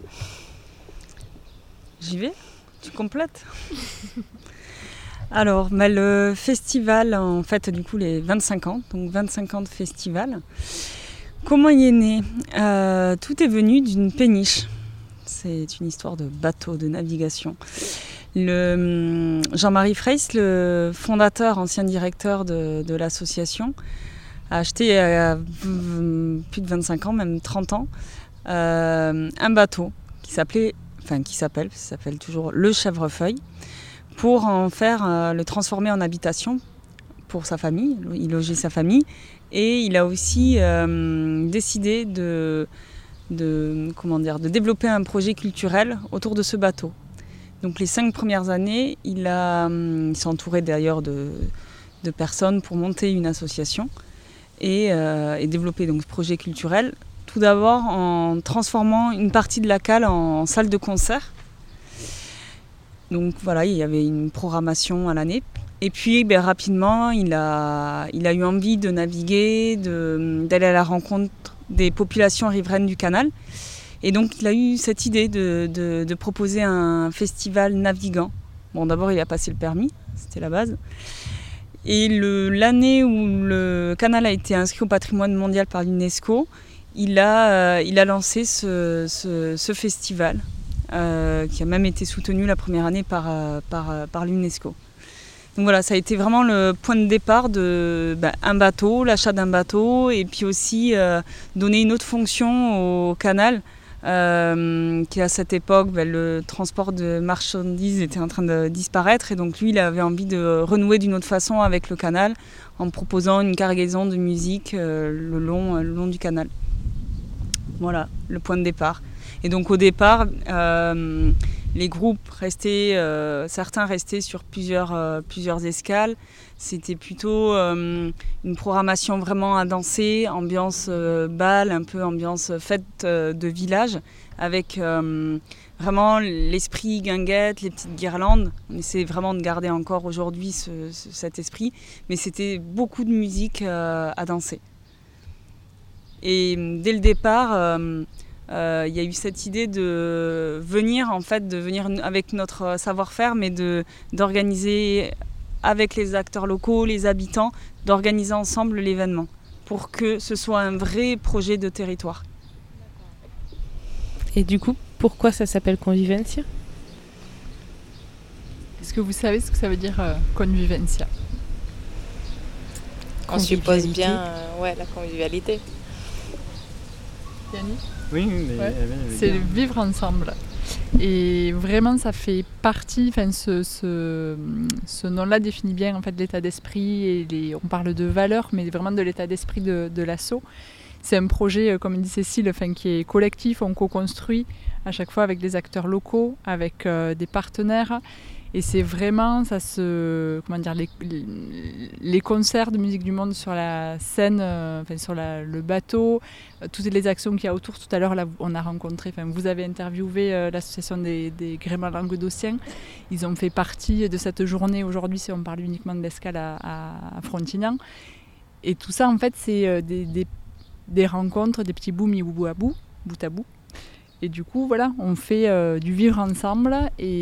J'y vais? Tu complètes? Alors, le festival, en fait, du coup, les 25 ans, donc 25 ans de festival. Comment il est né? Tout est venu d'une péniche. C'est une histoire de bateau, de navigation. Jean-Marie Freyss, le fondateur, ancien directeur de l'association, a acheté il y a plus de 25 ans, même 30 ans, un bateau qui s'appelle toujours le Chèvrefeuille, pour en faire, le transformer en habitation pour sa famille. Il logeait sa famille et il a aussi décidé de développer un projet culturel autour de ce bateau. Donc les 5 premières années, il s'est entouré d'ailleurs de personnes pour monter une association et développer donc, ce projet culturel. Tout d'abord en transformant une partie de la cale en salle de concert. Donc voilà, il y avait une programmation à l'année. Et puis rapidement, il a eu envie de naviguer, d'aller à la rencontre des populations riveraines du canal. Et donc il a eu cette idée de proposer un festival navigant. Bon, d'abord il a passé le permis, c'était la base. Et l'année où le canal a été inscrit au patrimoine mondial par l'UNESCO, il a lancé ce festival, qui a même été soutenu la première année par l'UNESCO. Donc voilà, ça a été vraiment le point de départ de un bateau, l'achat d'un bateau, et puis aussi donner une autre fonction au canal, qui à cette époque, le transport de marchandises était en train de disparaître, et donc lui il avait envie de renouer d'une autre façon avec le canal en proposant une cargaison de musique le long du canal. Voilà, le point de départ. Et donc au départ, les groupes certains restaient sur plusieurs escales. C'était plutôt une programmation vraiment à danser, ambiance bal, un peu ambiance fête de village, avec vraiment l'esprit guinguette, les petites guirlandes. On essaie vraiment de garder encore aujourd'hui cet esprit, mais c'était beaucoup de musique à danser. Et dès le départ, il y a eu cette idée de venir avec notre savoir-faire, mais d'organiser avec les acteurs locaux, les habitants, d'organiser ensemble l'événement pour que ce soit un vrai projet de territoire. Et du coup, pourquoi ça s'appelle Convivencia ? Est-ce que vous savez ce que ça veut dire Convivencia ? On suppose bien la convivialité. Yannick ? Oui, mais ouais. C'est vivre ensemble. Et vraiment, ça fait partie, ce nom-là définit bien en fait, l'état d'esprit, et on parle de valeurs, mais vraiment de l'état d'esprit de l'asso. C'est un projet, comme dit Cécile, qui est collectif, on co-construit à chaque fois avec des acteurs locaux, avec des partenaires. Et c'est vraiment, les concerts de musique du monde sur la scène, sur le bateau, toutes les actions qu'il y a autour. Tout à l'heure, là, on a rencontré, vous avez interviewé l'association des gréments languedociens. Ils ont fait partie de cette journée aujourd'hui, si on parle uniquement de l'escale à Frontignan. Et tout ça, en fait, c'est des rencontres, des petits bouts mis bout à bout, bout à bout. Et du coup, voilà, on fait du vivre ensemble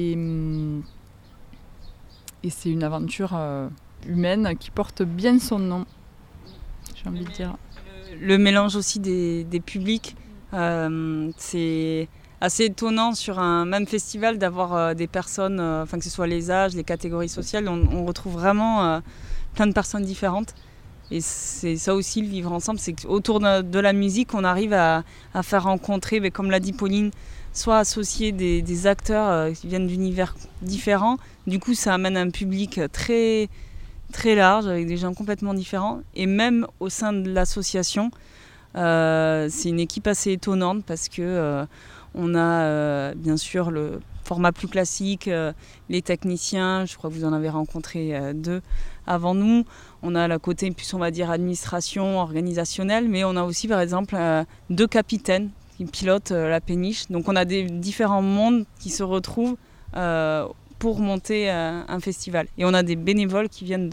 et c'est une aventure humaine qui porte bien son nom, j'ai envie de dire. Le mélange aussi des publics, c'est assez étonnant sur un même festival d'avoir des personnes, que ce soit les âges, les catégories sociales, on retrouve vraiment plein de personnes différentes. Et c'est ça aussi le vivre ensemble, c'est qu'autour de la musique, on arrive à faire rencontrer, comme l'a dit Pauline, soit associer des acteurs qui viennent d'univers différents. Du coup, ça amène un public très, très large, avec des gens complètement différents. Et même au sein de l'association, c'est une équipe assez étonnante parce que on a bien sûr le format plus classique, les techniciens, je crois que vous en avez rencontré 2 avant nous. On a le côté plus, on va dire, administration, organisationnelle, mais on a aussi par exemple 2 capitaines qui pilotent la péniche. Donc on a des différents mondes qui se retrouvent pour monter un festival. Et on a des bénévoles qui viennent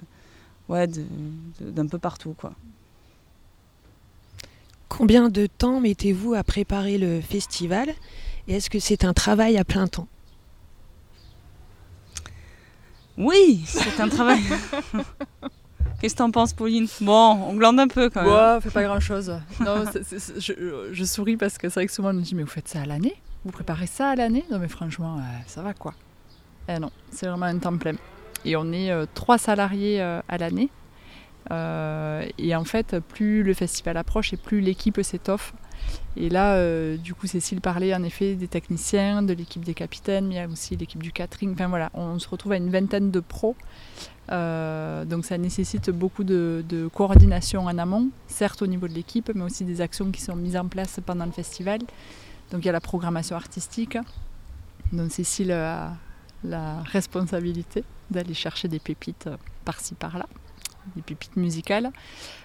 d'un peu partout, quoi. Combien de temps mettez-vous à préparer le festival ? Et est-ce que c'est un travail à plein temps ? Oui, c'est un travail. Qu'est-ce que t'en penses, Pauline ? Bon, on glande un peu quand même. Ouais, fait pas grand-chose. Non, je souris parce que c'est vrai que souvent on me dit mais vous faites ça à l'année ? Vous préparez ça à l'année ? Non mais franchement, ça va quoi. Non, c'est vraiment un temps plein. Et on est 3 salariés à l'année. Et en fait, plus le festival approche et plus l'équipe s'étoffe. Et là, du coup, Cécile parlait en effet des techniciens, de l'équipe des capitaines, mais il y a aussi l'équipe du catering. Enfin voilà, on se retrouve à une vingtaine de pros. Donc ça nécessite beaucoup de coordination en amont, certes au niveau de l'équipe, mais aussi des actions qui sont mises en place pendant le festival. Donc il y a la programmation artistique, dont Cécile a la responsabilité d'aller chercher des pépites par-ci par-là, des pépites musicales.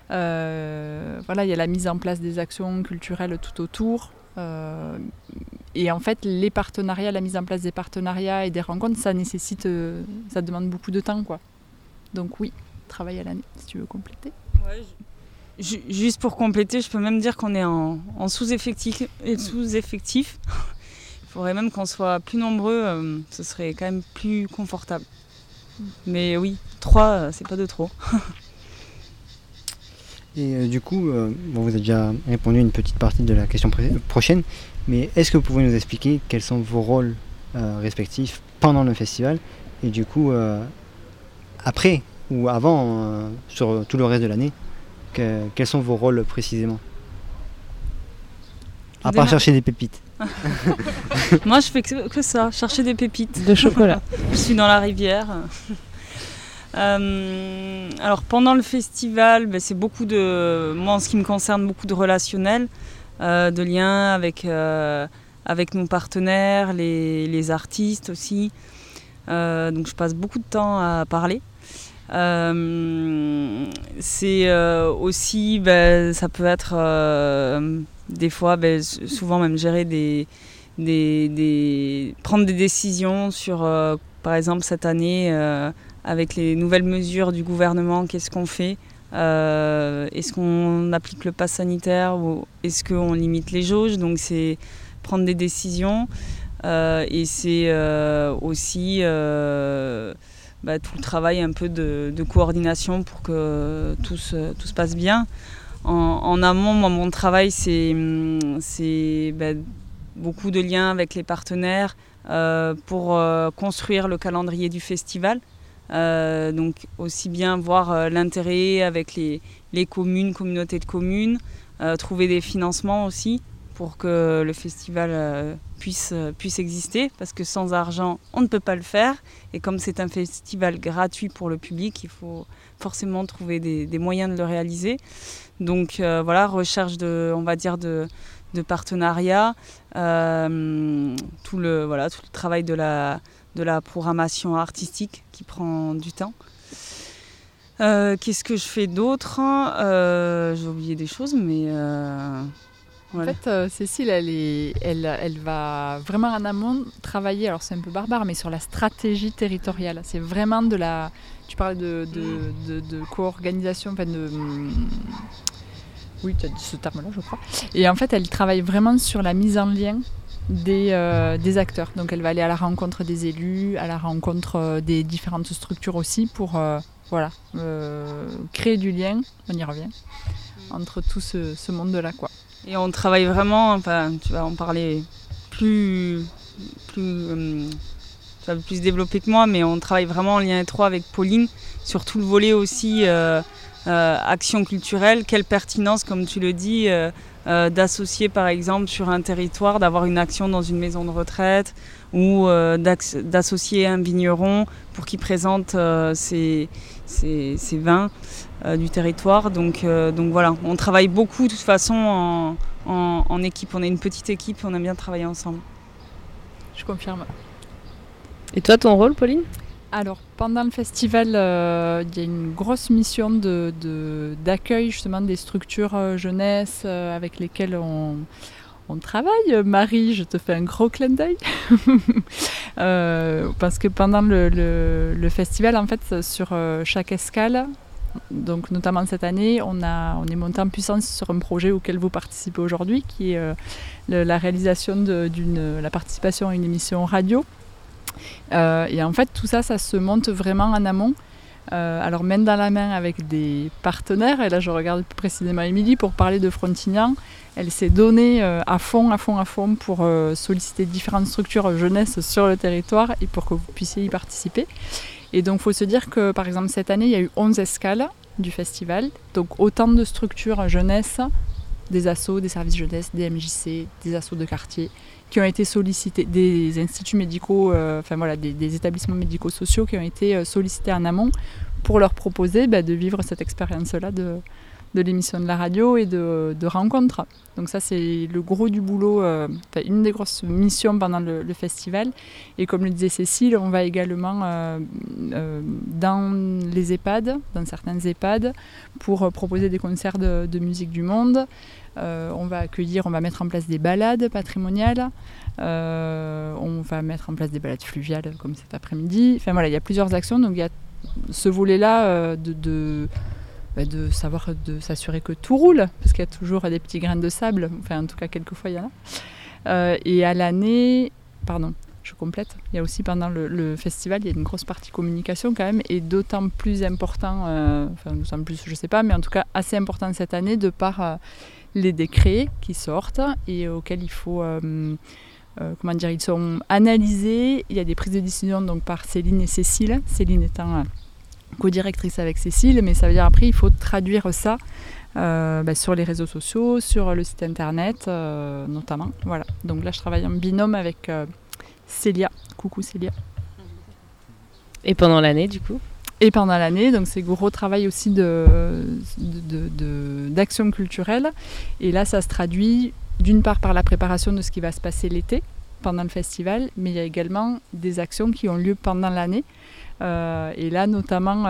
Voilà, il y a la mise en place des actions culturelles tout autour. Et en fait, les partenariats, la mise en place des partenariats et des rencontres, ça demande beaucoup de temps, quoi. Donc oui, travail à l'année, si tu veux compléter. Ouais, juste pour compléter, je peux même dire qu'on est en sous-effectif. Il faudrait même qu'on soit plus nombreux, ce serait quand même plus confortable. Mais oui, 3, c'est pas de trop. Et du coup, vous avez déjà répondu à une petite partie de la question prochaine, mais est-ce que vous pouvez nous expliquer quels sont vos rôles respectifs pendant le festival et du coup après ou avant sur tout le reste de l'année, quels sont vos rôles précisément? À part chercher des pépites. Moi je fais que ça, chercher des pépites. De chocolat. Je suis dans la rivière. Alors pendant le festival, c'est beaucoup moi en ce qui me concerne, beaucoup de relationnel, de liens avec nos partenaires, les artistes aussi. Donc je passe beaucoup de temps à parler. C'est aussi, ça peut être des fois, souvent même gérer prendre des décisions sur, par exemple cette année, avec les nouvelles mesures du gouvernement, qu'est-ce qu'on fait ? Est-ce qu'on applique le pass sanitaire ou est-ce qu'on limite les jauges ? Donc c'est prendre des décisions et c'est aussi tout le travail un peu de coordination pour que tout se passe bien. En amont, moi, mon travail, c'est beaucoup de liens avec les partenaires pour construire le calendrier du festival. Donc aussi bien voir l'intérêt avec les communautés de communes, trouver des financements aussi pour que le festival puisse exister, parce que sans argent on ne peut pas le faire, et comme c'est un festival gratuit pour le public, il faut forcément trouver des moyens de le réaliser. Donc recherche de partenariat, tout le travail de la programmation artistique qui prend du temps. Qu'est-ce que je fais d'autre ? J'ai oublié des choses, mais... En fait, Cécile, elle va vraiment en amont travailler, alors c'est un peu barbare, mais sur la stratégie territoriale. C'est vraiment tu parlais de co-organisation, oui, tu as dit ce terme-là, je crois. Et en fait, elle travaille vraiment sur la mise en lien des acteurs. Donc elle va aller à la rencontre des élus, à la rencontre des différentes structures aussi pour créer du lien, on y revient, entre tout ce monde-là, quoi. Et on travaille vraiment, tu vas en parler plus développé que moi, mais on travaille vraiment en lien étroit avec Pauline sur tout le volet aussi action culturelle. Quelle pertinence, comme tu le dis, d'associer par exemple sur un territoire, d'avoir une action dans une maison de retraite ou d'associer un vigneron pour qu'il présente ses vins du territoire. Donc voilà, on travaille beaucoup de toute façon en équipe. On est une petite équipe et on aime bien travailler ensemble. Je confirme. Et toi, ton rôle, Pauline ? Alors, pendant le festival, il y a une grosse mission d'accueil justement des structures jeunesse avec lesquelles on travaille. Marie, je te fais un gros clin d'œil. Parce que pendant le festival, en fait, sur chaque escale, donc notamment cette année, on est monté en puissance sur un projet auquel vous participez aujourd'hui, qui est la réalisation la participation à une émission radio. Et en fait, tout ça se monte vraiment en amont. Alors, main dans la main avec des partenaires. Et là, je regarde plus précisément Émilie pour parler de Frontignan. Elle s'est donnée à fond pour solliciter différentes structures jeunesse sur le territoire et pour que vous puissiez y participer. Et donc, il faut se dire que, par exemple, cette année, il y a eu 11 escales du festival. Donc, autant de structures jeunesse, des assos, des services jeunesse, des MJC, des assos de quartier, qui ont été sollicités, des instituts médicaux, des établissements médico-sociaux qui ont été sollicités en amont pour leur proposer de vivre cette expérience-là de l'émission de la radio et de rencontres. Donc ça, c'est le gros du boulot, une des grosses missions pendant le festival. Et comme le disait Cécile, on va également dans les EHPAD, dans certains EHPAD, pour proposer des concerts de musique du monde, on va mettre en place des balades patrimoniales, on va mettre en place des balades fluviales comme cet après-midi. Enfin voilà, il y a plusieurs actions, donc il y a ce volet-là de s'assurer que tout roule, parce qu'il y a toujours des petits grains de sable, enfin en tout cas quelquefois il y en a. Et à l'année, je complète, il y a aussi pendant le festival, il y a une grosse partie communication quand même, et d'autant plus important, d'autant plus je sais pas, mais en tout cas assez important cette année de par les décrets qui sortent et auxquels il faut, ils sont analysés. Il y a des prises de décision donc par Céline et Cécile, Céline étant co-directrice avec Cécile, mais ça veut dire après il faut traduire ça sur les réseaux sociaux, sur le site internet notamment. Voilà. Donc là je travaille en binôme avec Célia. Coucou Célia. Et pendant l'année du coup ? Et pendant l'année, donc c'est gros travail aussi d'action culturelle. Et là ça se traduit d'une part par la préparation de ce qui va se passer l'été pendant le festival, mais il y a également des actions qui ont lieu pendant l'année. Et là notamment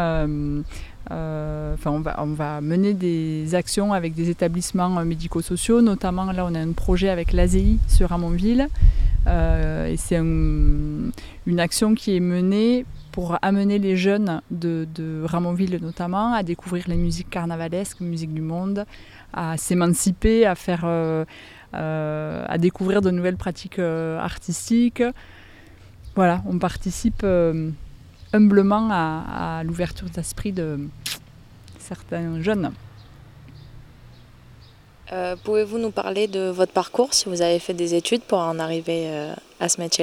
on va mener des actions avec des établissements médico-sociaux, notamment là on a un projet avec l'ASEI sur Ramonville et c'est une action qui est menée pour amener les jeunes de Ramonville notamment à découvrir les musiques carnavalesques, musique du monde, à s'émanciper, à faire à découvrir de nouvelles pratiques artistiques. Voilà, on participe humblement à l'ouverture d'esprit de certains jeunes. Pouvez-vous nous parler de votre parcours, si vous avez fait des études pour en arriver à ce métier-là ?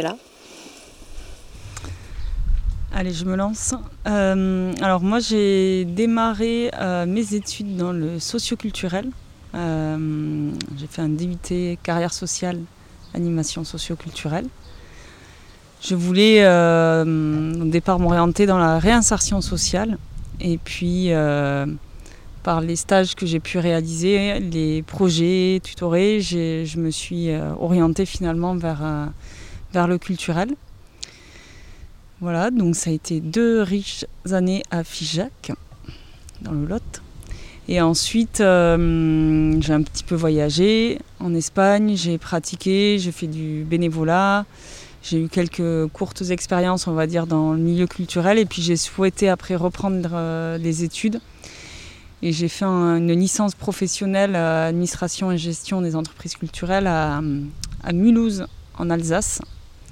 Allez, je me lance. Alors moi, j'ai démarré mes études dans le socio-culturel. J'ai fait un DUT carrière sociale, animation socio-culturelle. Je voulais au départ m'orienter dans la réinsertion sociale et puis par les stages que j'ai pu réaliser, les projets tutorés, je me suis orientée finalement vers le culturel. Voilà, donc ça a été 2 riches années à Figeac, dans le Lot. Et ensuite, j'ai un petit peu voyagé en Espagne, j'ai pratiqué, j'ai fait du bénévolat. J'ai eu quelques courtes expériences, on va dire, dans le milieu culturel. Et puis j'ai souhaité après reprendre les études. Et j'ai fait une licence professionnelle administration et gestion des entreprises culturelles à Mulhouse, en Alsace.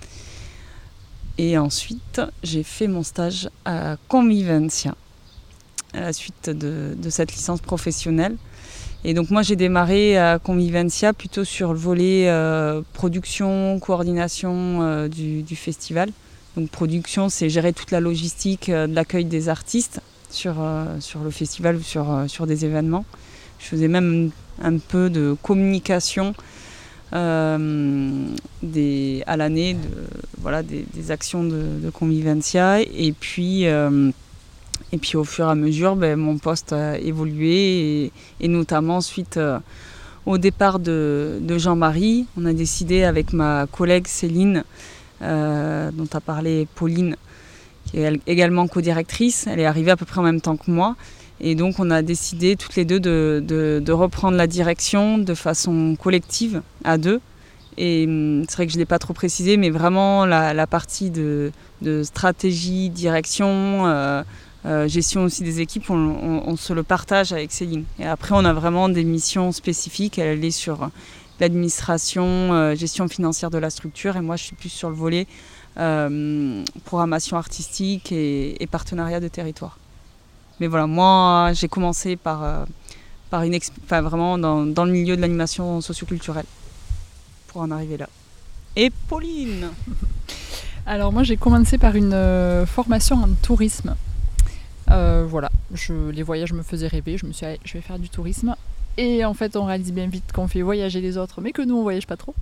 Et ensuite, j'ai fait mon stage à Convivencia, à la suite de cette licence professionnelle. Et donc moi j'ai démarré à Convivencia plutôt sur le volet production, coordination du festival. Donc production, c'est gérer toute la logistique de l'accueil des artistes sur le festival ou sur des événements. Je faisais même un peu de communication à l'année des actions de Convivencia. Et puis au fur et à mesure, mon poste a évolué et notamment suite au départ de Jean-Marie, on a décidé avec ma collègue Céline, dont a parlé Pauline, qui est également co-directrice, elle est arrivée à peu près en même temps que moi. Et donc on a décidé toutes les deux de reprendre la direction de façon collective, à 2. Et c'est vrai que je ne l'ai pas trop précisé, mais vraiment la partie de stratégie, direction, gestion aussi des équipes, on se le partage avec Céline. Et après, on a vraiment des missions spécifiques. Elle est sur l'administration, gestion financière de la structure. Et moi, je suis plus sur le volet programmation artistique et partenariat de territoire. Mais voilà, moi, j'ai commencé par vraiment dans le milieu de l'animation socioculturelle pour en arriver là. Et Pauline ? Alors moi, j'ai commencé par une formation en tourisme. Voilà, les voyages me faisaient rêver, je me suis dit, je vais faire du tourisme. Et en fait, on réalise bien vite qu'on fait voyager les autres, mais que nous, on ne voyage pas trop.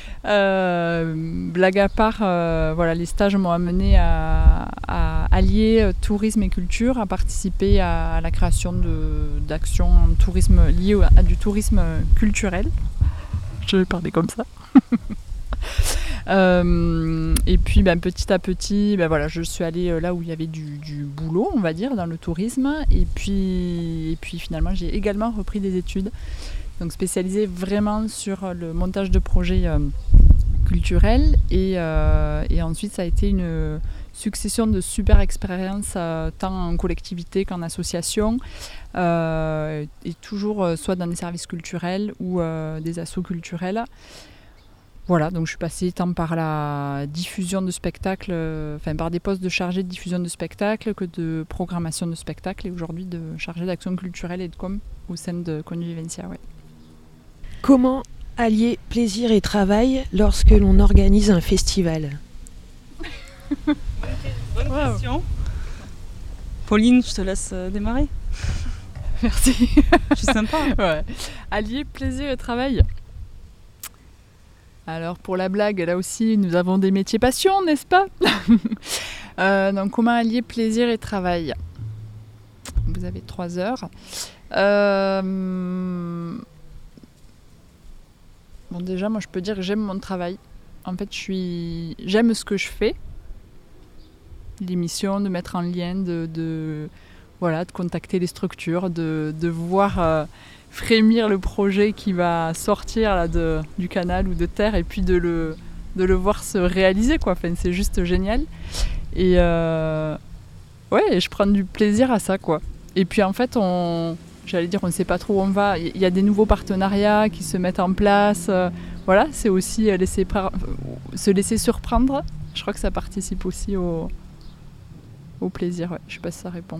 Blague à part, les stages m'ont amené à allier tourisme et culture, à participer à la création d'actions en tourisme liées à du tourisme culturel. Je vais parler comme ça. Et puis petit à petit, je suis allée là où il y avait du boulot, on va dire, dans le tourisme. Et puis finalement, j'ai également repris des études donc spécialisée vraiment sur le montage de projets culturels. Et ensuite, ça a été une succession de super expériences, tant en collectivité qu'en association, et toujours soit dans des services culturels ou des assos culturels. Voilà, donc je suis passée tant par la diffusion de spectacles, par des postes de chargé de diffusion de spectacles que de programmation de spectacles, et aujourd'hui de chargé d'action culturelle et de com au sein de Convivencia. Ouais. Comment allier plaisir et travail lorsque l'on organise un festival ? Bonne question. Pauline, je te laisse démarrer. Merci. Je suis sympa. Ouais. Allier plaisir et travail. Alors pour la blague, là aussi, nous avons des métiers passion, n'est-ce pas ? Donc comment allier plaisir et travail ? Vous avez 3 heures. Bon, déjà, moi je peux dire que j'aime mon travail. En fait, j'aime ce que je fais. L'émission, de mettre en lien, de contacter les structures, de voir frémir le projet qui va sortir là, du canal ou de terre, et puis de le voir se réaliser, quoi. Enfin, c'est juste génial. Et je prends du plaisir à ça, quoi. Et puis en fait, on ne sait pas trop où on va. Il y a des nouveaux partenariats qui se mettent en place. C'est aussi se laisser surprendre. Je crois que ça participe aussi au plaisir. Ouais. Je ne sais pas si ça répond.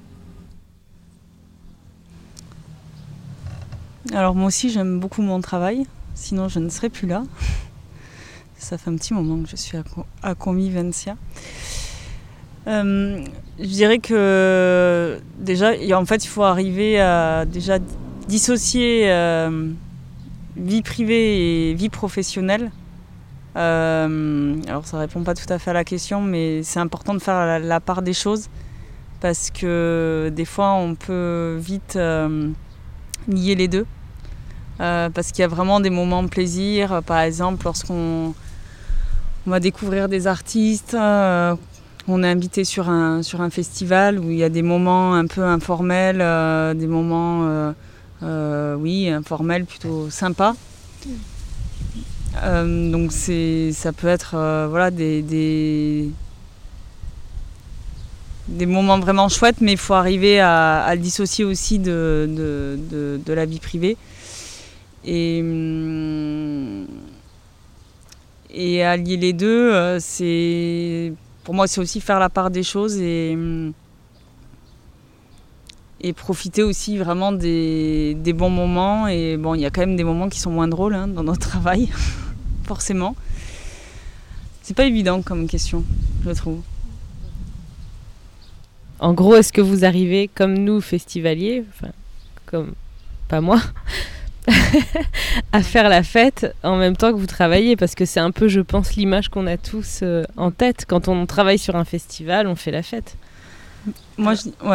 Alors moi aussi j'aime beaucoup mon travail, sinon je ne serais plus là. Ça fait un petit moment que je suis à Convivencia. Je dirais que déjà, en fait, il faut arriver à déjà dissocier vie privée et vie professionnelle. Alors ça répond pas tout à fait à la question, mais c'est important de faire la part des choses, parce que des fois on peut vite lier les deux. Parce qu'il y a vraiment des moments de plaisir, par exemple lorsqu'on va découvrir des artistes, on est invité sur un festival où il y a des moments un peu informels, des moments informels plutôt sympas. Donc ça peut être des moments vraiment chouettes, mais il faut arriver à le dissocier aussi de la vie privée. Et allier les deux, pour moi, c'est aussi faire la part des choses et profiter aussi vraiment des bons moments. Et bon, il y a quand même des moments qui sont moins drôles dans notre travail, forcément. C'est pas évident comme question, je trouve. En gros, est-ce que vous arrivez, comme nous, festivaliers, comme pas moi, à faire la fête en même temps que vous travaillez, parce que c'est un peu, je pense, l'image qu'on a tous en tête. Quand on travaille sur un festival, on fait la fête. Moi,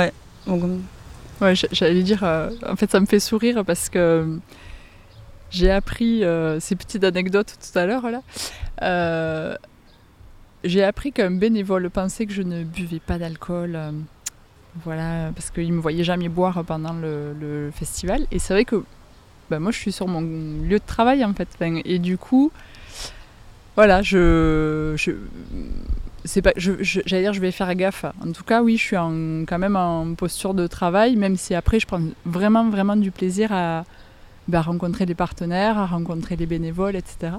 j'allais dire, en fait, ça me fait sourire parce que j'ai appris ces petites anecdotes tout à l'heure là. J'ai appris qu'un bénévole pensait que je ne buvais pas d'alcool, parce qu'il me voyait jamais boire pendant le festival. Et c'est vrai que moi je suis sur mon lieu de travail en fait, et du coup j'allais dire je vais faire gaffe. En tout cas oui, je suis quand même en posture de travail, même si après je prends vraiment vraiment du plaisir à rencontrer les partenaires, à rencontrer les bénévoles, etc.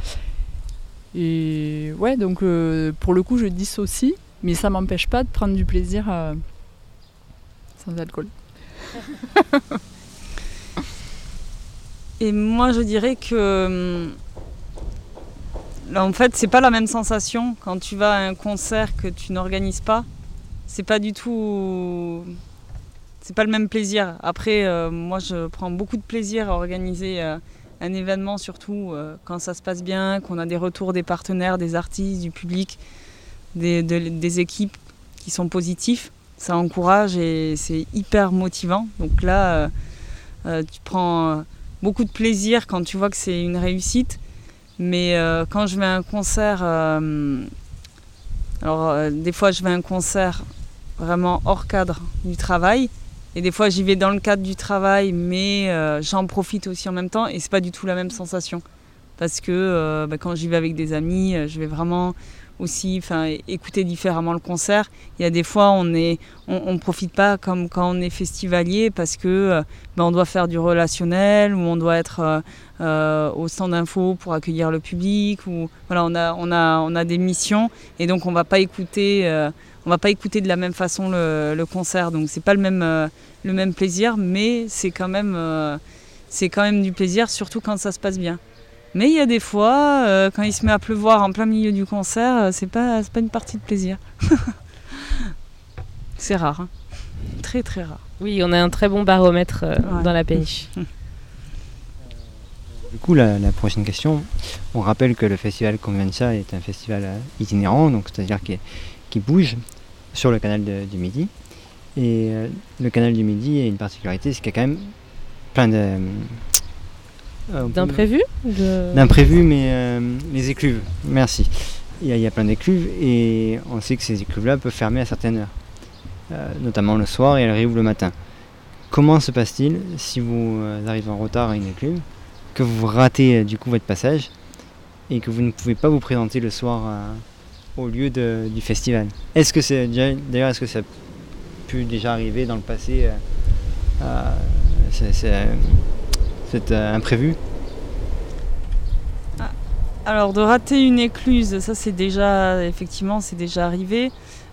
Et donc pour le coup je dissocie, mais ça m'empêche pas de prendre du plaisir sans alcool. Et moi, je dirais que là, en fait, c'est pas la même sensation quand tu vas à un concert que tu n'organises pas. C'est pas du tout, c'est pas le même plaisir. Après, moi, je prends beaucoup de plaisir à organiser un événement, surtout quand ça se passe bien, qu'on a des retours des partenaires, des artistes, du public, des équipes qui sont positifs. Ça encourage et c'est hyper motivant. Donc là, tu prends beaucoup de plaisir quand tu vois que c'est une réussite, mais quand je vais à un concert, des fois je vais à un concert vraiment hors cadre du travail, Et des fois, j'y vais dans le cadre du travail, mais j'en profite aussi en même temps. Et c'est pas du tout la même sensation. Parce que quand j'y vais avec des amis, je vais vraiment aussi écouter différemment le concert. Il y a des fois, on profite pas comme quand on est festivalier parce que on doit faire du relationnel ou on doit être au stand d'info pour accueillir le public. Ou, voilà, on a des missions et donc on va pas écouter de la même façon le concert. Donc c'est pas le même plaisir, mais c'est quand même du plaisir, surtout quand ça se passe bien. Mais il y a des fois, quand il se met à pleuvoir en plein milieu du concert, c'est pas une partie de plaisir. C'est rare, hein. Très très rare. Oui, on a un très bon baromètre dans la péniche. Du coup, la prochaine question, on rappelle que le festival Convivencia est un festival itinérant, donc c'est-à-dire qui bouge sur le canal du Midi. Et le canal du Midi a une particularité, c'est qu'il y a quand même plein de... D'imprévus D'imprévus, mais les écluves, merci. Il y a plein d'écluves et on sait que ces écluves-là peuvent fermer à certaines heures, notamment le soir et elles réouvrent le matin. Comment se passe-t-il si vous arrivez en retard à une écluve, que vous ratez du coup votre passage et que vous ne pouvez pas vous présenter le soir au lieu du festival? Est-ce que ça a pu déjà arriver dans le passé cet imprévu? Alors de rater une écluse, ça c'est déjà arrivé.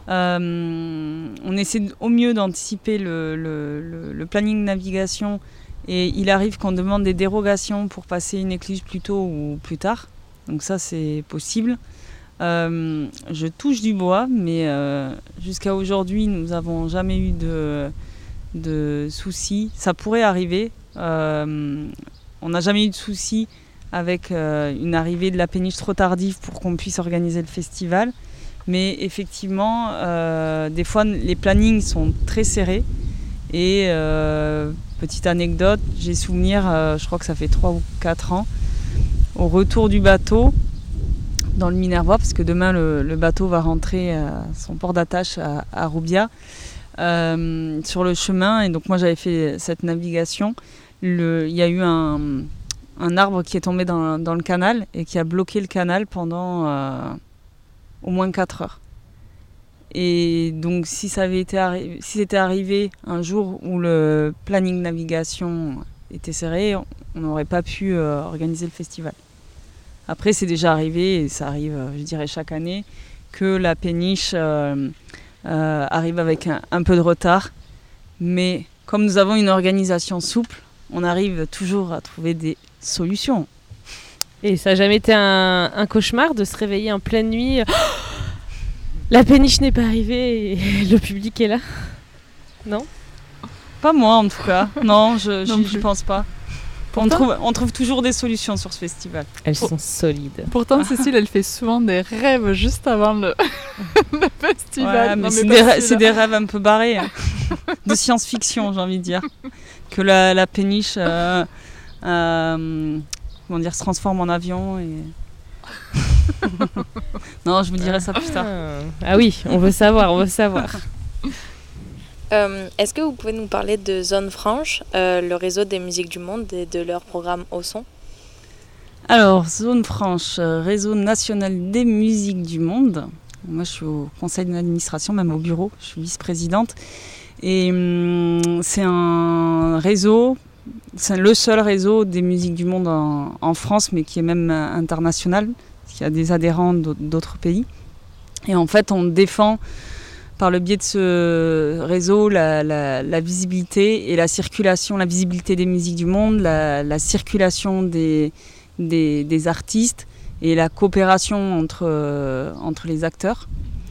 On essaie au mieux d'anticiper le planning navigation et il arrive qu'on demande des dérogations pour passer une écluse plus tôt ou plus tard. Donc ça c'est possible. Je touche du bois, mais jusqu'à aujourd'hui nous n'avons jamais eu de soucis. Ça pourrait arriver. On n'a jamais eu de soucis avec une arrivée de la péniche trop tardive pour qu'on puisse organiser le festival. Mais effectivement, des fois, les plannings sont très serrés. Et petite anecdote, j'ai souvenir, je crois que ça fait 3 ou 4 ans, au retour du bateau, dans le Minervois, parce que demain, le bateau va rentrer à son port d'attache à Roubia, sur le chemin. Et donc moi, j'avais fait cette navigation. Il y a eu un arbre qui est tombé dans le canal et qui a bloqué le canal pendant au moins 4 heures. Et donc si c'était arrivé un jour où le planning navigation était serré, on n'aurait pas pu organiser le festival. Après c'est déjà arrivé, et ça arrive je dirais chaque année, que la péniche arrive avec un peu de retard. Mais comme nous avons une organisation souple, on arrive toujours à trouver des solutions. Et ça n'a jamais été un cauchemar de se réveiller en pleine nuit, la péniche n'est pas arrivée et le public est là? Non? Pas moi en tout cas. Non, je pense pas. On trouve toujours des solutions sur ce festival. Elles sont solides. Pourtant, Cécile, elle fait souvent des rêves juste avant le festival. Ouais, mais c'est des rêves un peu barrés, hein. De science-fiction, j'ai envie de dire. Que la péniche se transforme en avion. Non, je vous dirai ça plus tard. Ah oui, on veut savoir. Est-ce que vous pouvez nous parler de Zone Franche, le réseau des musiques du monde et de leur programme au son? Alors, Zone Franche, réseau national des musiques du monde. Moi, je suis au conseil d'administration, même au bureau. Je suis vice-présidente. Et c'est un réseau, c'est le seul réseau des musiques du monde en France, mais qui est même international, parce qu'il y a des adhérents d'autres pays. Et en fait, on défend par le biais de ce réseau la visibilité et la circulation, la visibilité des musiques du monde, la circulation des artistes et la coopération entre les acteurs.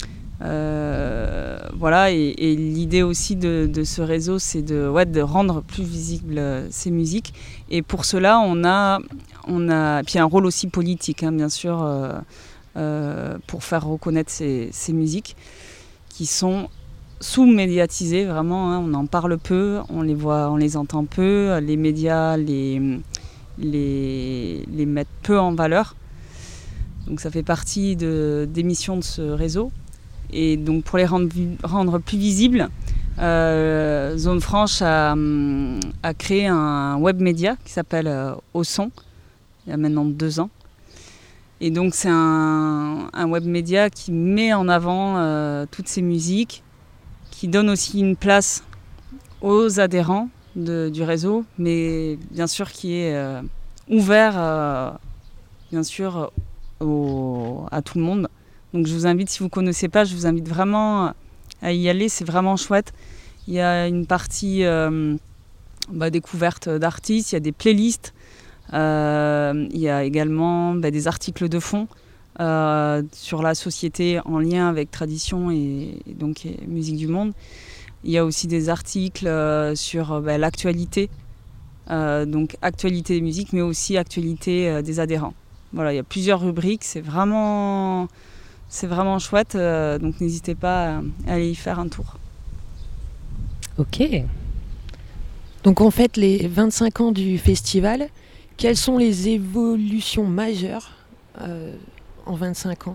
Voilà, et l'idée aussi de ce réseau, c'est de rendre plus visibles ces musiques. Et pour cela, on a puis un rôle aussi politique, hein, bien sûr, pour faire reconnaître ces musiques qui sont sous-médiatisées, vraiment, hein. On en parle peu, on les voit, on les entend peu, les médias les mettent peu en valeur. Donc ça fait partie des missions de ce réseau. Et donc pour les rendre plus visibles, Zone Franche a créé un web média qui s'appelle Au Son, il y a maintenant 2 ans. Et donc c'est un web média qui met en avant toutes ces musiques, qui donne aussi une place aux adhérents du réseau, mais bien sûr qui est ouvert bien sûr à tout le monde. Donc je vous invite, si vous ne connaissez pas, je vous invite vraiment à y aller, c'est vraiment chouette. Il y a une partie découverte d'artistes, il y a des playlists, il y a également des articles de fond sur la société en lien avec tradition et donc musique du monde. Il y a aussi des articles sur l'actualité, donc actualité des musiques, mais aussi actualité des adhérents. Voilà, il y a plusieurs rubriques, c'est vraiment chouette, donc n'hésitez pas à aller y faire un tour. Ok. Donc en fait, les 25 ans du festival, quelles sont les évolutions majeures en 25 ans ?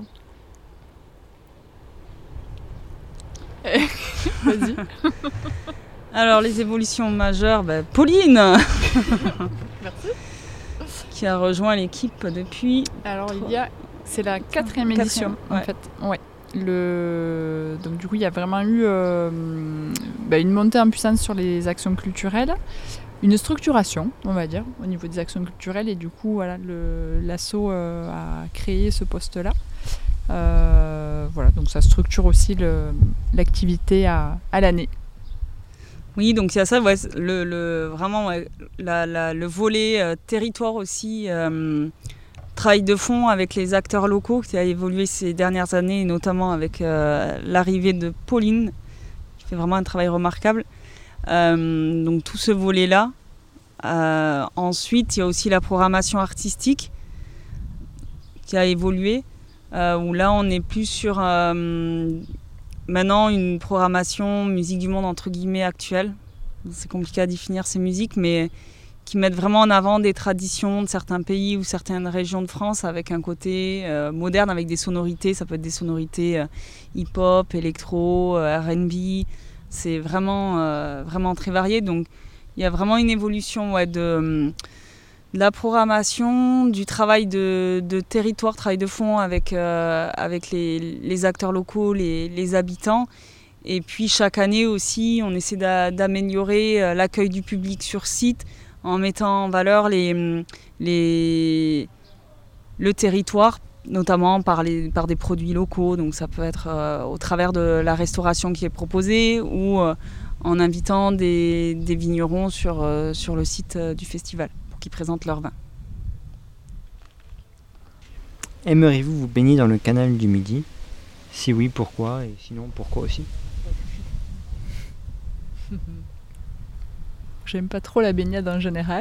Vas-y. Alors les évolutions majeures, Pauline Merci. Qui a rejoint l'équipe depuis... Alors c'est la 4e édition en fait. Ouais. Donc du coup il y a vraiment eu une montée en puissance sur les actions culturelles, une structuration on va dire au niveau des actions culturelles et du coup voilà l'asso a créé ce poste-là. Voilà, donc ça structure aussi l'activité à l'année. Oui, donc il y a ça, vraiment le volet territoire aussi, travail de fond avec les acteurs locaux qui a évolué ces dernières années, notamment avec l'arrivée de Pauline, qui fait vraiment un travail remarquable. Donc tout ce volet-là. Ensuite, il y a aussi la programmation artistique qui a évolué. Où là on est plus sur maintenant une programmation musique du monde entre guillemets actuelle. C'est compliqué à définir ces musiques, mais qui mettent vraiment en avant des traditions de certains pays ou certaines régions de France avec un côté moderne, avec des sonorités. Ça peut être des sonorités hip-hop, électro, R&B. C'est vraiment très varié. Donc il y a vraiment une évolution de la programmation, du travail de territoire, travail de fond avec les acteurs locaux, les habitants. Et puis chaque année aussi, on essaie d'améliorer l'accueil du public sur site en mettant en valeur le territoire, notamment par des produits locaux. Donc ça peut être au travers de la restauration qui est proposée ou en invitant des vignerons sur le site du festival qui présentent leur vin. Aimeriez-vous vous baigner dans le canal du Midi ? Si oui, pourquoi ? Et sinon, pourquoi aussi ? J'aime pas trop la baignade en général.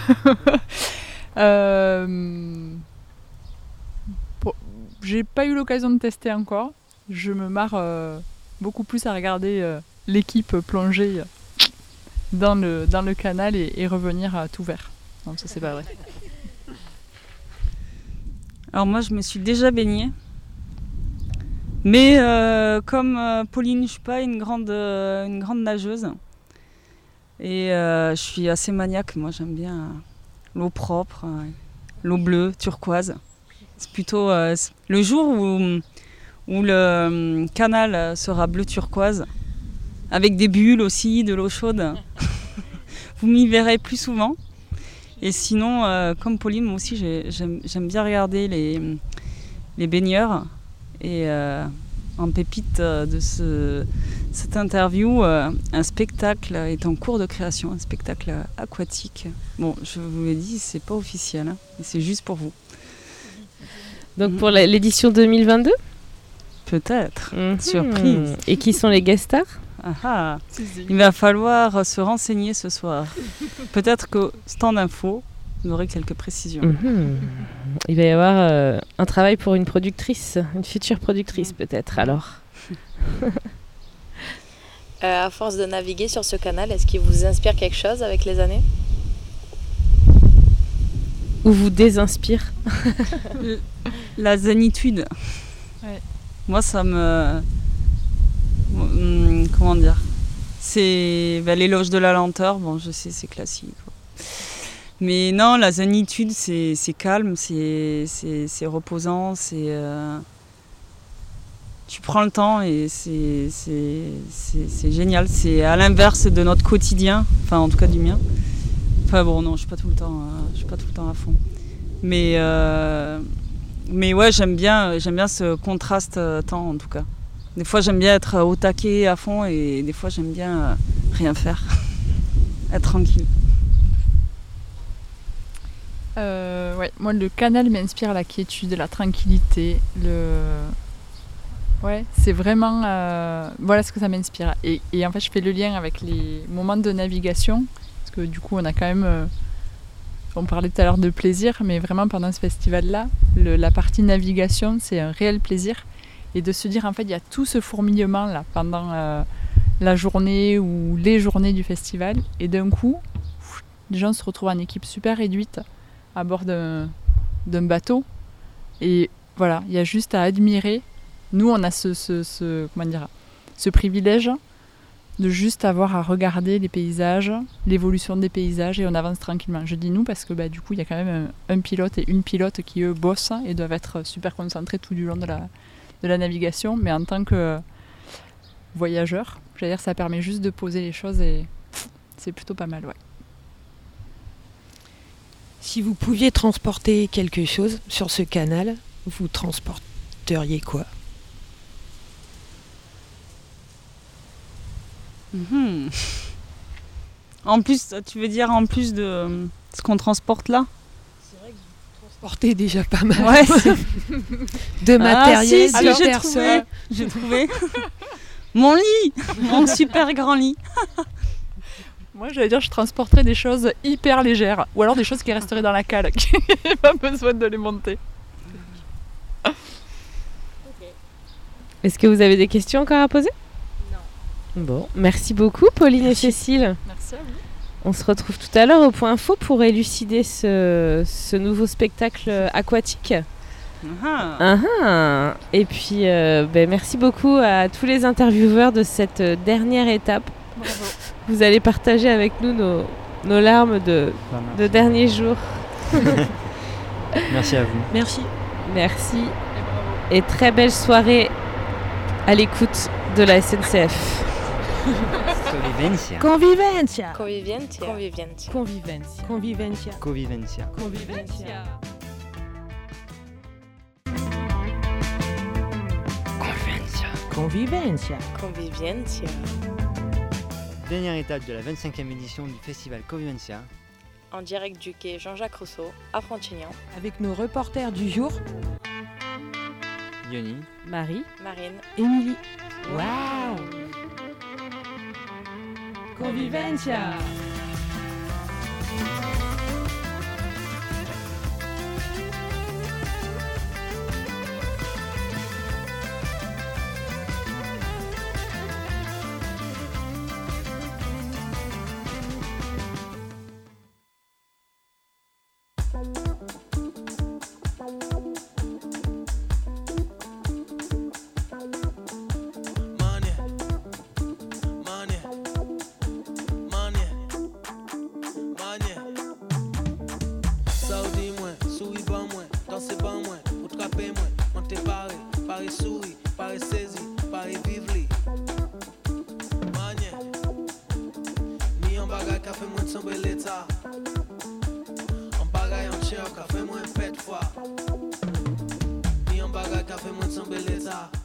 J'ai pas eu l'occasion de tester encore. Je me marre beaucoup plus à regarder l'équipe plonger dans le canal et revenir à tout vert. Non, ça c'est pas vrai. Alors moi je me suis déjà baignée. Mais comme Pauline, je suis pas une grande nageuse. Et je suis assez maniaque. Moi j'aime bien l'eau propre, l'eau bleue, turquoise. C'est plutôt le jour où le canal sera bleu turquoise, avec des bulles aussi, de l'eau chaude. Vous m'y verrez plus souvent. Et sinon, comme Pauline, moi aussi, j'aime bien regarder les baigneurs. Et en pépite de cette interview, un spectacle est en cours de création, un spectacle aquatique. Bon, je vous l'ai dit, c'est pas officiel, hein, mais c'est juste pour vous. Donc pour l'édition 2022 ? Peut-être, surprise. Et qui sont les guest stars ? Il va falloir se renseigner ce soir. Peut-être qu'au stand info, vous aurez quelques précisions. Il va y avoir un travail pour une productrice, une future productrice peut-être alors. À force de naviguer sur ce canal, est-ce qu'il vous inspire quelque chose avec les années ? Ou vous désinspire ? La zénitude. Ouais. Moi, ça me... Comment dire ? C'est l'éloge de la lenteur. Bon, je sais, c'est classique. Quoi. Mais non, la zénitude, c'est calme, c'est reposant, tu prends le temps et c'est génial. C'est à l'inverse de notre quotidien, enfin en tout cas du mien. Enfin bon, non, je suis pas tout le temps à fond. Mais ouais, j'aime bien ce contraste temps en tout cas. Des fois, j'aime bien être au taquet à fond et des fois, j'aime bien rien faire, être tranquille. Ouais, moi le canal m'inspire la quiétude, la tranquillité, ouais, c'est vraiment voilà ce que ça m'inspire. Et en fait, je fais le lien avec les moments de navigation parce que du coup, on a quand même on parlait tout à l'heure de plaisir, mais vraiment pendant ce festival-là, la partie navigation, c'est un réel plaisir. Et de se dire, en fait, il y a tout ce fourmillement là pendant la journée ou les journées du festival. Et d'un coup, les gens se retrouvent en équipe super réduite à bord d'un bateau. Et voilà, il y a juste à admirer. Nous, on a ce privilège de juste avoir à regarder les paysages, l'évolution des paysages et on avance tranquillement. Je dis nous parce que du coup, il y a quand même un pilote et une pilote qui, eux, bossent et doivent être super concentrés tout du long de la navigation. Mais en tant que voyageur, j'allais dire, ça permet juste de poser les choses et c'est plutôt pas mal, ouais. Si vous pouviez transporter quelque chose sur ce canal, vous transporteriez quoi ? En plus, tu veux dire en plus de ce qu'on transporte là ? C'est vrai que vous transportez déjà pas mal de matériel, de personnes. J'ai trouvé mon lit, mon super grand lit. Moi, j'allais dire, je transporterais des choses hyper légères, ou alors des choses qui resteraient dans la cale, qui n'aient pas besoin de les monter. Est-ce que vous avez des questions encore à poser ? Non. Bon, merci beaucoup Pauline et Cécile. Merci à vous. On se retrouve tout à l'heure au Point Info pour élucider ce nouveau spectacle aquatique. Et puis, merci beaucoup à tous les intervieweurs de cette dernière étape. Bravo. Vous allez partager avec nous nos larmes de dernier jour. Merci à vous. Merci. Et très belle soirée à l'écoute de la SNCF. Convivencia. Convivencia. Convivencia. Convivencia. Convivencia. Convivencia. Convivencia. Convivencia. Convivencia. Convivencia. Dernière étape de la 25e édition du festival Convivencia. En direct du quai Jean-Jacques Rousseau à Frontignan. Avec nos reporters du jour, Yoni, Marie, Marine, Émilie. Waouh. Convivencia. Café moins pète fois. Ni en bagarre, café moins de son bel état.